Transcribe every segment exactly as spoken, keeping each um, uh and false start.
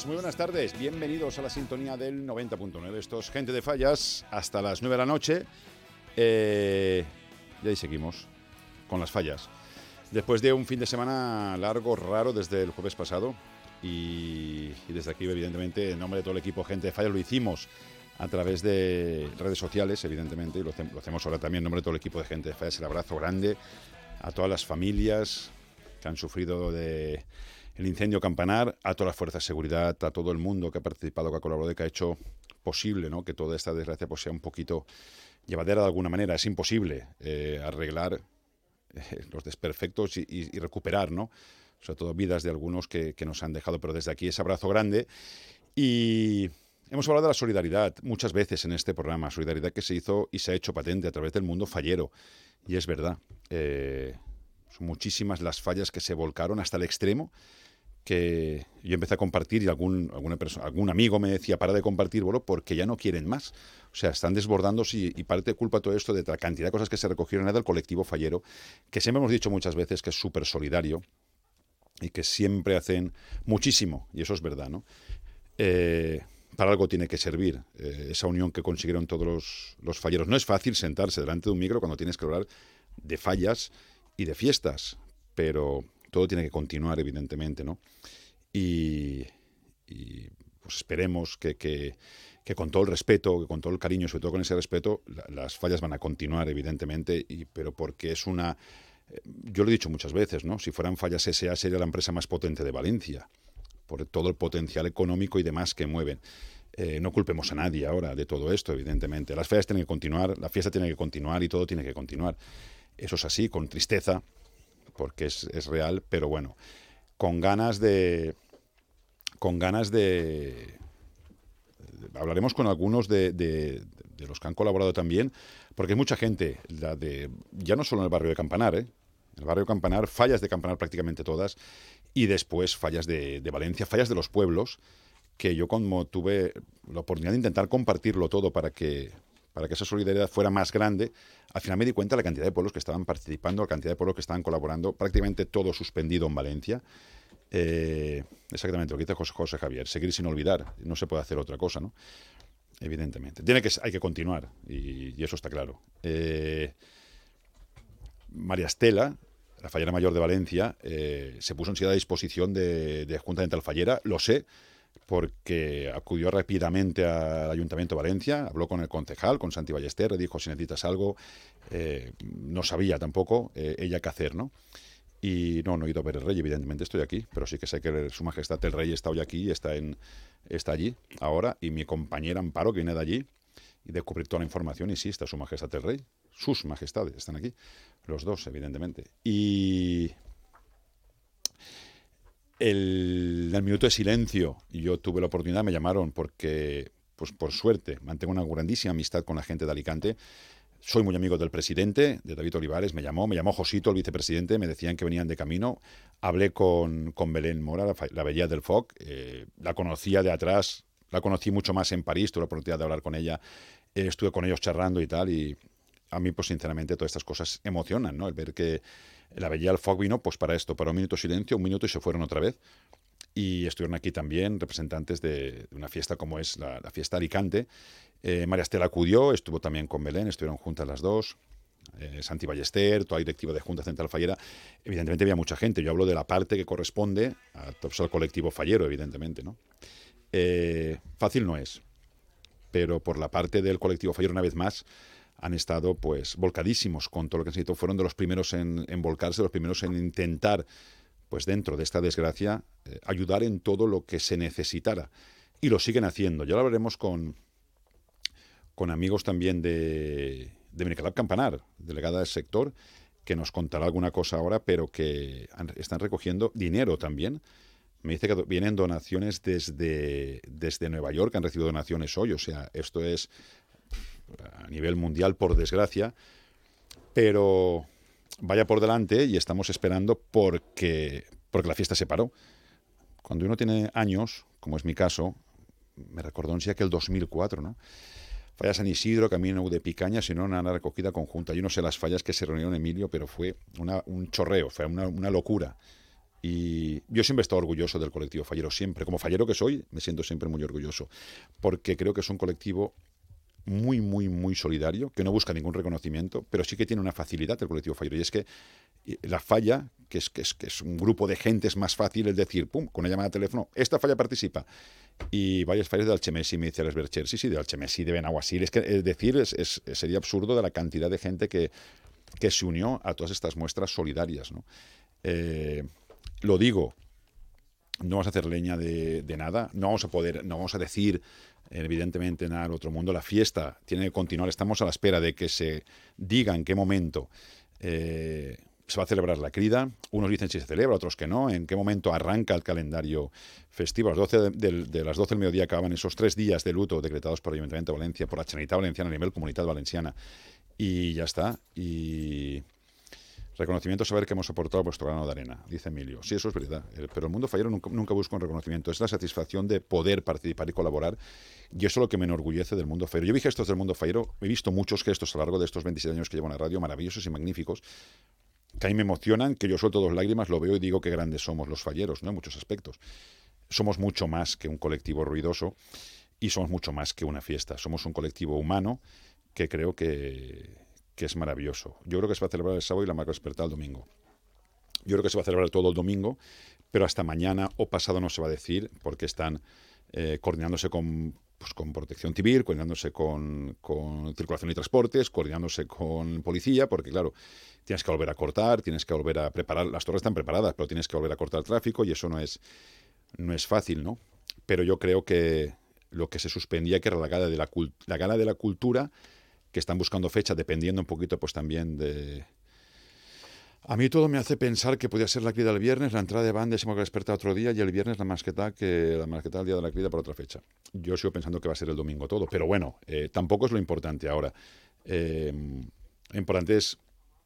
tardes, muy buenas tardes. Bienvenidos a la sintonía del noventa punto nueve. Esto es Gente de Fallas hasta las nueve de la noche. Eh, y ahí seguimos con las fallas. Después de un fin de semana largo, raro desde el jueves pasado. Y, y desde aquí, evidentemente, en nombre de todo el equipo Gente de Fallas, lo hicimos a través de redes sociales, evidentemente. Y lo, lo hacemos ahora también en nombre de todo el equipo de Gente de Fallas. El abrazo grande a todas las familias que han sufrido de el incendio Campanar, a todas las fuerzas de seguridad, a todo el mundo que ha participado, que ha colaborado, que ha hecho posible, ¿no?, que toda esta desgracia pues, sea un poquito llevadera de alguna manera. Es imposible eh, arreglar eh, los desperfectos y, y, y recuperar, ¿no?, sobre todo vidas de algunos que, que nos han dejado. Pero desde aquí ese abrazo grande. Y hemos hablado de la solidaridad muchas veces en este programa, solidaridad que se hizo y se ha hecho patente a través del mundo fallero. Y es verdad, eh, son muchísimas las fallas que se volcaron hasta el extremo que yo empecé a compartir y algún, alguna persona, algún amigo me decía, para de compartir, bueno, porque ya no quieren más. O sea, están desbordándose y, y parte de culpa de todo esto de la cantidad de cosas que se recogieron era del colectivo fallero, que siempre hemos dicho muchas veces que es súper solidario y que siempre hacen muchísimo, y eso es verdad, ¿no? Eh, para algo tiene que servir eh, esa unión que consiguieron todos los, los falleros. No es fácil sentarse delante de un micro cuando tienes que hablar de fallas y de fiestas, pero todo tiene que continuar, evidentemente, ¿no? Y, y pues esperemos que, que, que con todo el respeto, que con todo el cariño, sobre todo con ese respeto, la, las fallas van a continuar, evidentemente, y, pero porque es una... Eh, yo lo he dicho muchas veces, ¿no? Si fueran Fallas S A sería la empresa más potente de Valencia, por todo el potencial económico y demás que mueven. Eh, no culpemos a nadie ahora de todo esto, evidentemente. Las fallas tienen que continuar, la fiesta tiene que continuar y todo tiene que continuar. Eso es así, con tristeza, porque es, es real, pero bueno, con ganas de... Con ganas de... Hablaremos con algunos de, de, de los que han colaborado también, porque hay mucha gente, la de, ya no solo en el barrio de Campanar, ¿eh? El barrio de Campanar, fallas de Campanar prácticamente todas, y después fallas de, de Valencia, fallas de los pueblos, que yo como tuve la oportunidad de intentar compartirlo todo para que, para que esa solidaridad fuera más grande, al final me di cuenta de la cantidad de pueblos que estaban participando, la cantidad de pueblos que estaban colaborando, prácticamente todo suspendido en Valencia. Eh, exactamente lo que dice José, José Javier, seguir sin olvidar, no se puede hacer otra cosa, ¿no? Evidentemente. Tiene que, hay que continuar, y, y eso está claro. Eh, María Estela, la fallera mayor de Valencia, eh, se puso enseguida a disposición de, de Junta Dental Fallera, lo sé, porque acudió rápidamente al Ayuntamiento de Valencia, habló con el concejal, con Santi Ballester, le dijo si necesitas algo, eh, no sabía tampoco eh, ella qué hacer, ¿no? Y no, no he ido a ver el rey, evidentemente estoy aquí, pero sí que sé que su majestad el rey está hoy aquí, está, en, está allí ahora, y mi compañera Amparo, que viene de allí, y de cubrir toda la información, y sí, está su majestad el rey, sus majestades están aquí, los dos, evidentemente. Y el, el minuto de silencio, y yo tuve la oportunidad, me llamaron porque, pues por suerte, mantengo una grandísima amistad con la gente de Alicante. Soy muy amigo del presidente, de David Olivares, me llamó, me llamó Josito, el vicepresidente, me decían que venían de camino. Hablé con, con Belén Mora, la, la Bella del Foc, eh, la conocía de atrás, la conocí mucho más en París, tuve la oportunidad de hablar con ella, eh, estuve con ellos charlando y tal, y a mí, pues sinceramente, todas estas cosas emocionan, ¿no? El ver que la Bella del Foc vino, pues para esto, para un minuto de silencio, un minuto y se fueron otra vez. Y estuvieron aquí también representantes de, de una fiesta como es la, la fiesta Alicante. Eh, María Estela acudió, estuvo también con Belén, estuvieron juntas las dos. Eh, Santi Ballester, toda la directiva de Junta Central Fallera. Evidentemente había mucha gente. Yo hablo de la parte que corresponde a, pues, al colectivo fallero, evidentemente, ¿no? Eh, fácil no es, pero por la parte del colectivo fallero, una vez más, han estado pues volcadísimos con todo lo que se hizo. Fueron de los primeros en, en volcarse, los primeros en intentar, pues dentro de esta desgracia, eh, ayudar en todo lo que se necesitara. Y lo siguen haciendo. Ya lo hablaremos con, con amigos también de, de Benicalap Campanar, delegada del sector, que nos contará alguna cosa ahora, pero que han, están recogiendo dinero también. Me dice que vienen donaciones desde, desde Nueva York, han recibido donaciones hoy. O sea, esto es a nivel mundial, por desgracia. Pero vaya por delante y estamos esperando porque, porque la fiesta se paró. Cuando uno tiene años, como es mi caso, me recordó un día que el dos mil cuatro, ¿no? Falla San Isidro, Camino de Picaña, sino una recogida conjunta. Yo no sé las fallas que se reunieron, Emilio, pero fue una, un chorreo, fue una, una locura. Y yo siempre he estado orgulloso del colectivo fallero, siempre. Como fallero que soy, me siento siempre muy orgulloso, porque creo que es un colectivo muy, muy, muy solidario, que no busca ningún reconocimiento, pero sí que tiene una facilidad el colectivo fallero. Y es que la falla, que es, que es, que es un grupo de gente, es más fácil el decir, pum, con una llamada de teléfono, esta falla participa. Y varias fallas de Alchemesi, me dice Alex Bercher, sí, sí, de Alchemesi, de Benaguasil. Es que es decir, es, es, sería absurdo de la cantidad de gente que, que se unió a todas estas muestras solidarias, ¿no? Eh, lo digo, no vamos a hacer leña de, de nada, no vamos a poder, no vamos a decir evidentemente nada del otro mundo. La fiesta tiene que continuar, estamos a la espera de que se diga en qué momento eh, se va a celebrar la crida. Unos dicen si se celebra, otros que no, en qué momento arranca el calendario festivo. A las doce de, de, de las doce del mediodía acaban esos tres días de luto decretados por el Ayuntamiento de Valencia, por la Generalitat Valenciana a nivel Comunidad Valenciana, y ya está. Y reconocimiento, saber que hemos aportado vuestro grano de arena, dice Emilio. Sí, eso es verdad, pero el mundo fallero nunca, nunca busca un reconocimiento, es la satisfacción de poder participar y colaborar, y eso es lo que me enorgullece del mundo fallero. Yo vi gestos del mundo fallero, he visto muchos gestos a lo largo de estos veintisiete años que llevo en la radio, maravillosos y magníficos, que a mí me emocionan, que yo suelto dos lágrimas, lo veo y digo qué grandes somos los falleros, ¿no? En muchos aspectos. Somos mucho más que un colectivo ruidoso y somos mucho más que una fiesta. Somos un colectivo humano que creo que... que es maravilloso. Yo creo que se va a celebrar el sábado y la Marca Despertar el domingo. Yo creo que se va a celebrar todo el domingo, pero hasta mañana o pasado no se va a decir, porque están eh, coordinándose con, pues, con Protección Civil, coordinándose con, con Circulación y Transportes, coordinándose con Policía, porque claro, tienes que volver a cortar, tienes que volver a preparar, las torres están preparadas, pero tienes que volver a cortar el tráfico y eso no es, no es fácil, ¿no? Pero yo creo que lo que se suspendía, que era la gala de la, la gala de la cultura, que están buscando fecha, dependiendo un poquito pues también de... A mí todo me hace pensar que podría ser la crida el viernes, la entrada de banda se me va a despertar otro día y el viernes la masqueta que la masqueta el día de la crida para otra fecha. Yo sigo pensando que va a ser el domingo todo, pero bueno, eh, tampoco es lo importante ahora. Eh, lo importante es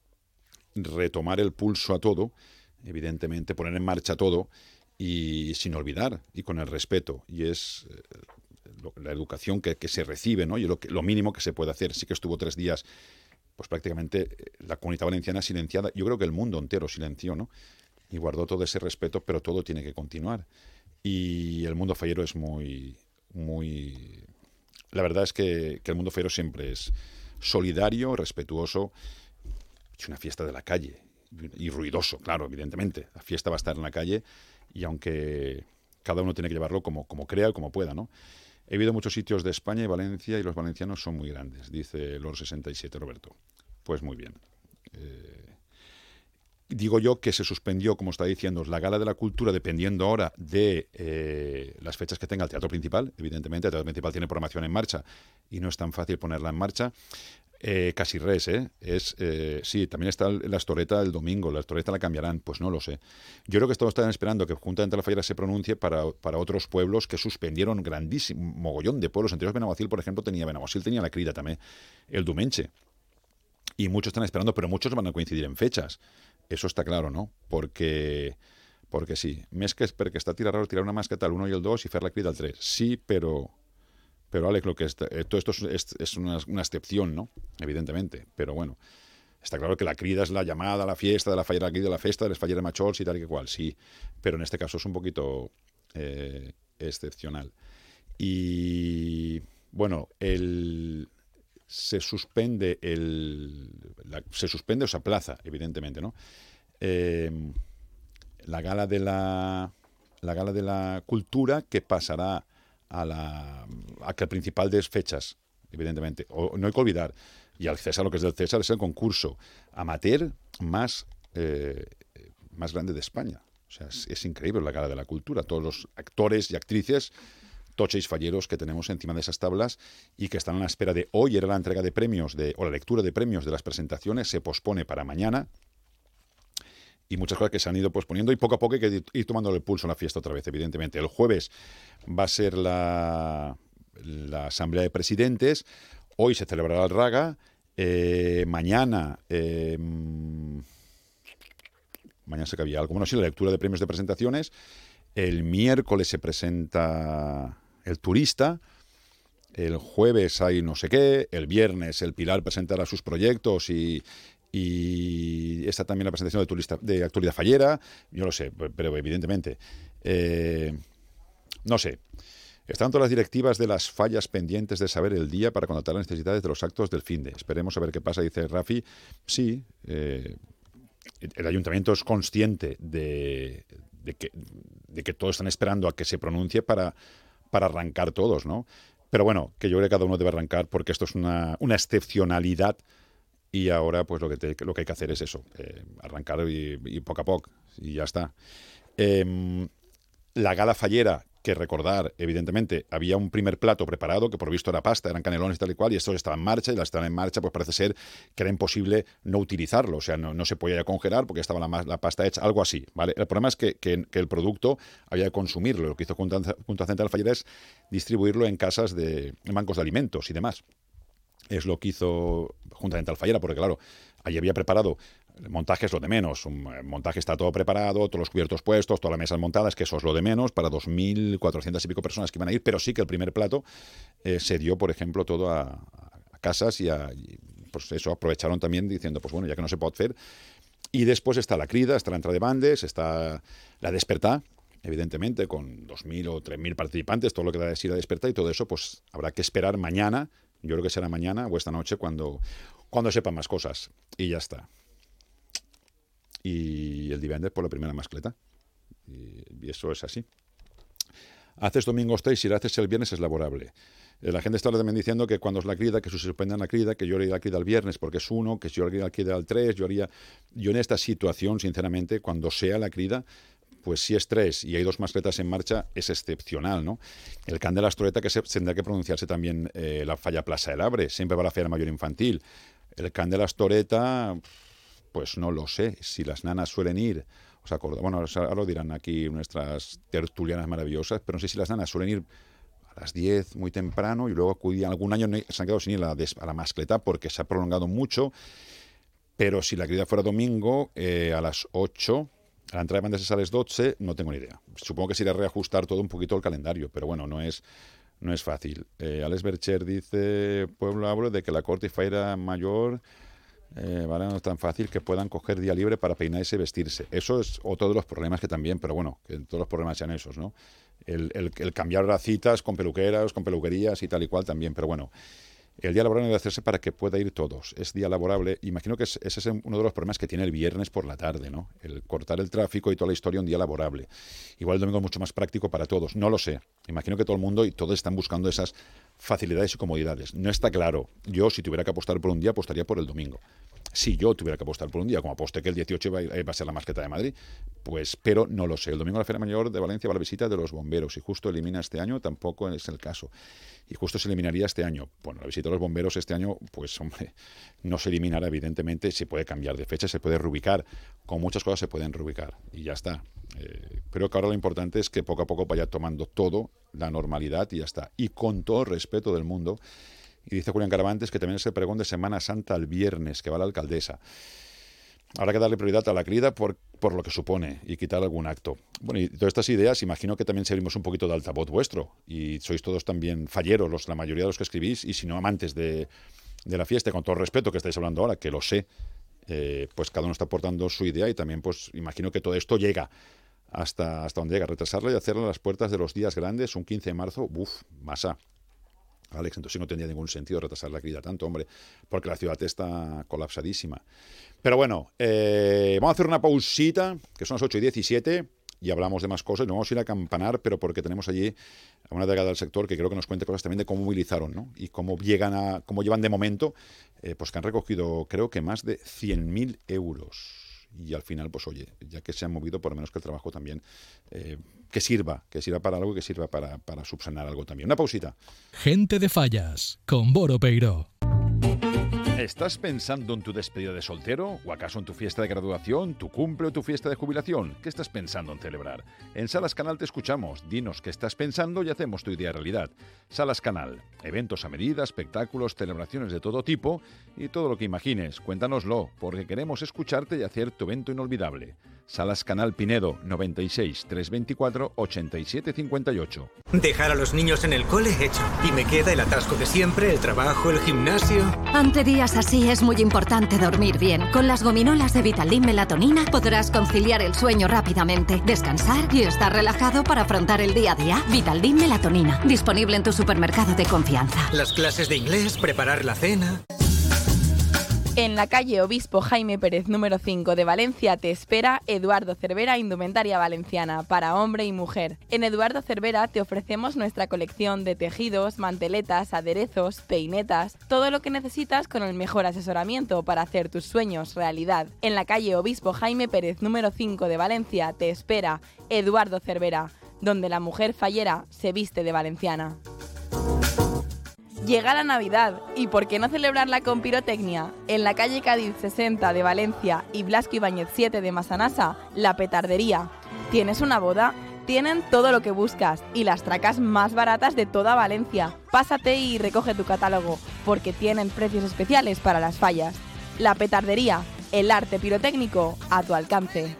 retomar el pulso a todo, evidentemente, poner en marcha todo y sin olvidar y con el respeto. Y es... Eh, la educación que, que se recibe, ¿no? Y lo, que, lo mínimo que se puede hacer. Sí que estuvo tres días, pues prácticamente la Comunidad Valenciana silenciada. Yo creo que el mundo entero silenció, ¿no? Y guardó todo ese respeto, pero todo tiene que continuar. Y el mundo fallero es muy, muy... La verdad es que, que el mundo fallero siempre es solidario, respetuoso. Es una fiesta de la calle. Y ruidoso, claro, evidentemente. La fiesta va a estar en la calle y aunque cada uno tiene que llevarlo como, como crea o como pueda, ¿no? He ido a muchos sitios de España y Valencia y los valencianos son muy grandes, dice Lord sesenta y siete, Roberto. Pues muy bien. Eh, digo yo que se suspendió, como está diciendo, la Gala de la Cultura, dependiendo ahora de eh, las fechas que tenga el Teatro Principal. Evidentemente, el Teatro Principal tiene programación en marcha y no es tan fácil ponerla en marcha. Eh, casi res, ¿eh? Es, eh, sí, también está la Estoreta el domingo. La Estoreta la cambiarán, pues no lo sé. Yo creo que todos están esperando que juntamente la Fallera se pronuncie para, para otros pueblos que suspendieron grandísimo, mogollón de pueblos. Entre ellos Benaguacil, por ejemplo, tenía Benaguacil, tenía la crida también, el Dumenche. Y muchos están esperando, pero muchos van a coincidir en fechas. Eso está claro, ¿no? Porque, porque sí. Més que perquè està tirar raro tirar una masqueta al uno y el dos y fer la crida al tres. Sí, pero... Pero, Alex, lo que es, eh, todo esto es, es, es una, una excepción, ¿no? Evidentemente. Pero bueno, está claro que la crida es la llamada, la fiesta de la fallera, la fiesta de las falleras machols y tal y que cual, sí. Pero en este caso es un poquito eh, excepcional. Y, bueno, el... se suspende el... La, se suspende o se aplaza, evidentemente, ¿no? Eh, la gala de la... La gala de la cultura que pasará a la a que el principal de fechas, evidentemente. O, no hay que olvidar, y al César lo que es del César es el concurso amateur más, eh, más grande de España. O sea, es, es increíble la Gala de la Cultura. Todos los actores y actrices, toches falleros que tenemos encima de esas tablas y que están a la espera de hoy. Era la entrega de premios de, o la lectura de premios de las presentaciones, se pospone para mañana. Y muchas cosas que se han ido posponiendo y poco a poco hay que ir tomando el pulso a la fiesta otra vez, evidentemente. El jueves va a ser la, la Asamblea de Presidentes, hoy se celebrará el Raga, eh, mañana... Eh, mañana se cabía algo. Bueno, sí, la lectura de premios de presentaciones, el miércoles se presenta el turista, el jueves hay no sé qué, el viernes el Pilar presentará sus proyectos y... y está también la presentación de tu lista de actualidad fallera, yo lo sé, pero evidentemente, eh, no sé. Están todas las directivas de las fallas pendientes de saber el día para contratar las necesidades de los actos del finde. Esperemos a ver qué pasa, dice Rafi. Sí, eh, el ayuntamiento es consciente de, de, que, de que todos están esperando a que se pronuncie para, para arrancar todos, ¿no? Pero bueno, que yo creo que cada uno debe arrancar porque esto es una, una excepcionalidad y ahora pues lo que, te, lo que hay que hacer es eso, eh, arrancar y, y poco a poco y ya está. Eh, la gala fallera, que recordar, evidentemente, había un primer plato preparado que por visto era pasta, eran canelones y tal y cual, y esto estaba en marcha, y la estaban en marcha, pues parece ser que era imposible no utilizarlo, o sea, no, no se podía congelar porque estaba la, la pasta hecha, algo así, ¿vale? El problema es que, que, que el producto había que consumirlo, lo que hizo Junta, Junta Central Fallera es distribuirlo en casas de en bancos de alimentos y demás. Es lo que hizo Junta Central Fallera, porque claro, allí había preparado. El montaje es lo de menos. Un montaje está todo preparado, todos los cubiertos puestos, todas las mesas montadas, que eso es lo de menos para dos mil cuatrocientas y pico personas que iban a ir, pero sí que el primer plato eh, se dio, por ejemplo, todo a, a casas y, a, y pues eso aprovecharon también diciendo, pues bueno, ya que no se puede hacer. Y después está la crida, está la entrada de bandes, está la despertá, evidentemente, con dos mil o tres mil participantes, todo lo que da de sí la despertá y todo eso, pues habrá que esperar mañana, yo creo que será mañana o esta noche cuando, cuando sepan más cosas. Y ya está. Y el divendres por la primera mascleta. Y, y eso es así. Haces domingos tres y si lo haces el viernes es laborable. Eh, la gente está también diciendo que cuando es la crida, que se suspendan la crida, que yo haría la crida el viernes porque es uno, que si yo haría la crida el tres, yo haría... Yo en esta situación, sinceramente, cuando sea la crida, pues si es tres y hay dos mascletas en marcha, es excepcional, ¿no? El can de la Astoreta, que se, tendrá que pronunciarse también eh, la falla Plaza del Abre, siempre va a la Feria Mayor Infantil. El can de la Astoreta... Pues no lo sé, si las nanas suelen ir, os acordáis, bueno, ahora lo dirán aquí nuestras tertulianas maravillosas, pero no sé si las nanas suelen ir a las diez muy temprano y luego acudían, algún año se han quedado sin ir a la, a la mascleta porque se ha prolongado mucho, pero si la crida fuera domingo eh, a las ocho, a la entrada de bandes es a las doce, no tengo ni idea. Supongo que se irá a reajustar todo un poquito el calendario, pero bueno, no es... No es fácil. Eh, Alex Bercher dice, pueblo hablo de que la corte y feira mayor... Eh, vale, no es tan fácil que puedan coger día libre para peinarse y vestirse. Eso es otro de los problemas que también, pero bueno, que todos los problemas sean esos, ¿no? El, el, el cambiar las citas con peluqueras, con peluquerías y tal y cual también, pero bueno, el día laborable debe hacerse para que pueda ir todos. Es día laborable. Imagino que es, ese es uno de los problemas que tiene el viernes por la tarde, ¿no? El cortar el tráfico y toda la historia un día laborable. Igual el domingo es mucho más práctico para todos. No lo sé. Imagino que todo el mundo y todos están buscando esas facilidades y comodidades. No está claro. Yo, si tuviera que apostar por un día, apostaría por el domingo. Si yo tuviera que apostar por un día, como aposté que el dieciocho va a ser la mascleta de Madrid, pues, pero no lo sé. El domingo a la Feria Mayor de Valencia va a la visita de los bomberos y justo elimina este año, tampoco es el caso. Y justo se eliminaría este año. Bueno, la visita de los bomberos este año, pues hombre, no se eliminará evidentemente, se puede cambiar de fecha, se puede reubicar, con muchas cosas se pueden reubicar y ya está. Eh, creo que ahora lo importante es que poco a poco vaya tomando todo la normalidad y ya está. Y con todo el respeto del mundo. Y dice Julián Caravantes que también es el pregón de Semana Santa el viernes, que va la alcaldesa. Habrá que darle prioridad a la crida por, por lo que supone y quitar algún acto. Bueno, y todas estas ideas, imagino que también servimos un poquito de altavoz vuestro. Y sois todos también falleros, los, la mayoría de los que escribís, y si no amantes de, de la fiesta, con todo el respeto que estáis hablando ahora, que lo sé, eh, pues cada uno está aportando su idea y también pues imagino que todo esto llega hasta, hasta donde llega. Retrasarla y hacerla a las puertas de los días grandes, un quince de marzo, uff, masa. Alex, entonces no tendría ningún sentido retrasar la crida tanto, hombre, porque la ciudad está colapsadísima. Pero bueno, eh, vamos a hacer una pausita, que son las ocho y diecisiete, y hablamos de más cosas. Nos vamos a ir a Campanar, pero porque tenemos allí a una delegada del sector que creo que nos cuente cosas también de cómo movilizaron, ¿no? Y cómo llegan a, cómo llevan de momento, eh, pues que han recogido, creo que más de cien mil euros. Y al final, pues oye, ya que se han movido, por lo menos que el trabajo también eh, que sirva, que sirva para algo y que sirva para, para subsanar algo también. Una pausita. Gente de Fallas, con Boro Peiró. ¿Estás pensando en tu despedida de soltero? ¿O acaso en tu fiesta de graduación, tu cumple o tu fiesta de jubilación? ¿Qué estás pensando en celebrar? En Salas Canal te escuchamos. Dinos qué estás pensando y hacemos tu idea realidad. Salas Canal. Eventos a medida, espectáculos, celebraciones de todo tipo y todo lo que imagines. Cuéntanoslo, porque queremos escucharte y hacer tu evento inolvidable. Salas Canal Pinedo, noventa y seis, trescientos veinticuatro, ochenta y siete cincuenta y ocho. Dejar a los niños en el cole hecho. Y me queda el atasco de siempre, el trabajo, el gimnasio. Ante días así es muy importante dormir bien. Con las gominolas de Vitaldin Melatonina podrás conciliar el sueño rápidamente, descansar y estar relajado para afrontar el día a día. Vitaldin Melatonina, disponible en tu supermercado de confianza. Las clases de inglés, preparar la cena. En la calle Obispo Jaime Pérez número cinco de Valencia te espera Eduardo Cervera Indumentaria Valenciana para hombre y mujer. En Eduardo Cervera te ofrecemos nuestra colección de tejidos, manteletas, aderezos, peinetas, todo lo que necesitas con el mejor asesoramiento para hacer tus sueños realidad. En la calle Obispo Jaime Pérez número cinco de Valencia te espera Eduardo Cervera, donde la mujer fallera se viste de valenciana. Llega la Navidad, ¿y por qué no celebrarla con pirotecnia? En la calle Cádiz sesenta de Valencia y Blasco Ibáñez siete de Massanassa, La Petardería. ¿Tienes una boda? Tienen todo lo que buscas y las tracas más baratas de toda Valencia. Pásate y recoge tu catálogo, porque tienen precios especiales para las fallas. La Petardería, el arte pirotécnico a tu alcance.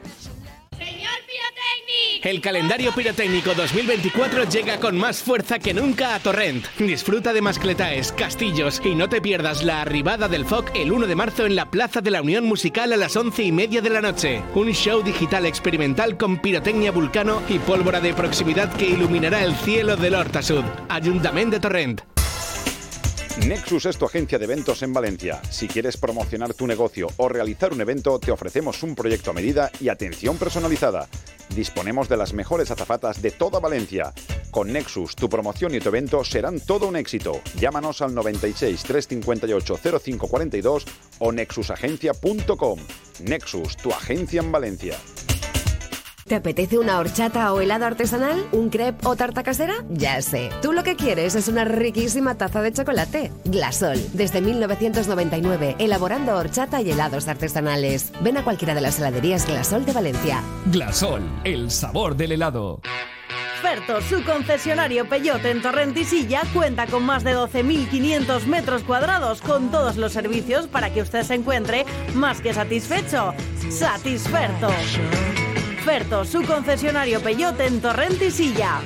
El calendario pirotécnico dos mil veinticuatro llega con más fuerza que nunca a Torrent. Disfruta de mascletaes, castillos y no te pierdas la arribada del F O C el uno de marzo en la Plaza de la Unión Musical a las once y media de la noche. Un show digital experimental con pirotecnia Vulcano y pólvora de proximidad que iluminará el cielo del Horta Sud. Ayuntamiento de Torrent. Nexus es tu agencia de eventos en Valencia. Si quieres promocionar tu negocio o realizar un evento, te ofrecemos un proyecto a medida y atención personalizada. Disponemos de las mejores azafatas de toda Valencia. Con Nexus, tu promoción y tu evento serán todo un éxito. Llámanos al noventa y seis, trescientos cincuenta y ocho, cero cinco cuarenta y dos o nexus agencia punto com. Nexus, tu agencia en Valencia. ¿Te apetece una horchata o helado artesanal? ¿Un crepe o tarta casera? Ya sé. Tú lo que quieres es una riquísima taza de chocolate. Glasol, desde mil novecientos noventa y nueve, elaborando horchata y helados artesanales. Ven a cualquiera de las heladerías Glasol de Valencia. Glasol, el sabor del helado. Ferto, su concesionario Peugeot en Torrent y Silla, cuenta con más de doce mil quinientos metros cuadrados con todos los servicios para que usted se encuentre más que satisfecho. Satisferto. Ferto, su concesionario Peugeot en Torrent y Silla.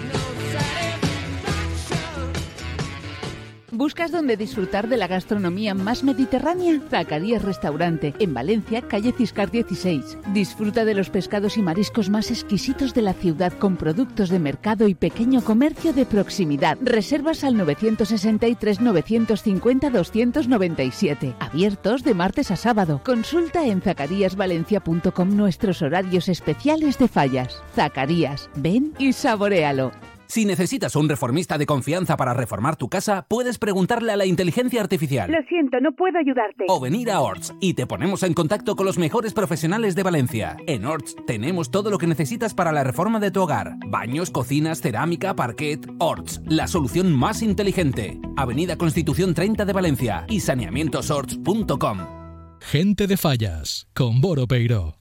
¿Buscas dónde disfrutar de la gastronomía más mediterránea? Zacarías Restaurante, en Valencia, calle Ciscar dieciséis. Disfruta de los pescados y mariscos más exquisitos de la ciudad con productos de mercado y pequeño comercio de proximidad. Reservas al nueve sesenta y tres, novecientos cincuenta, doscientos noventa y siete. Abiertos de martes a sábado. Consulta en zacarías valencia punto com nuestros horarios especiales de fallas. Zacarías, ven y saboréalo. Si necesitas un reformista de confianza para reformar tu casa, puedes preguntarle a la inteligencia artificial. Lo siento, no puedo ayudarte. O venir a Orts y te ponemos en contacto con los mejores profesionales de Valencia. En Orts tenemos todo lo que necesitas para la reforma de tu hogar. Baños, cocinas, cerámica, parquet. Orts, la solución más inteligente. Avenida Constitución treinta de Valencia y saneamientos orts punto com. Gente de Fallas, con Boro Peiró.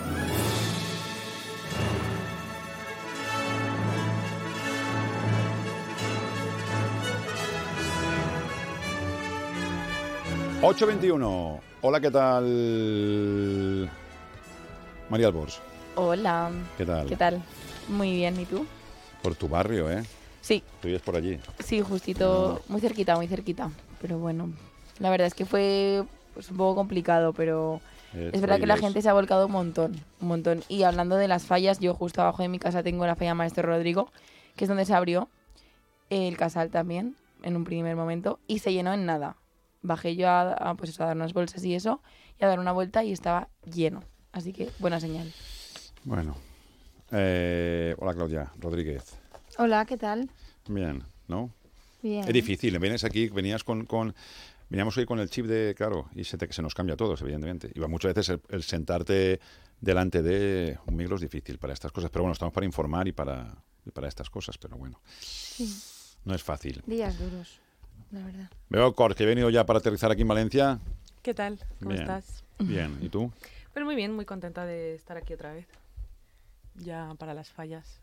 ocho veintiuno. Hola, ¿qué tal? María Albors. Hola. ¿Qué tal? ¿Qué tal? Muy bien, ¿y tú? Por tu barrio, ¿eh? Sí. Tú vives por allí. Sí, justito, muy cerquita, muy cerquita. Pero bueno, la verdad es que fue pues, un poco complicado, pero es, es verdad que la gente se ha volcado un montón, un montón. Y hablando de las fallas, yo justo abajo de mi casa tengo la falla Maestro Rodrigo, que es donde se abrió el casal también, en un primer momento, y se llenó en nada. Bajé yo a, a, pues eso, a dar unas bolsas y eso, y a dar una vuelta y estaba lleno. Así que, buena señal. Bueno. Eh, hola, Claudia Rodríguez. Hola, ¿qué tal? Bien, ¿no? Bien. Es difícil. Vienes aquí, venías con... con veníamos hoy con el chip de, claro, y se, te, se nos cambia a todos, evidentemente. Y muchas veces el, el sentarte delante de un micro es difícil para estas cosas. Pero bueno, estamos para informar y para, y para estas cosas, pero bueno. Sí. No es fácil. Días duros. La verdad. Veo, Cor, que he venido ya para aterrizar aquí en Valencia. ¿Qué tal? ¿Cómo Bien. estás? Bien, ¿y tú? Pues muy bien, muy contenta de estar aquí otra vez. Ya para las fallas.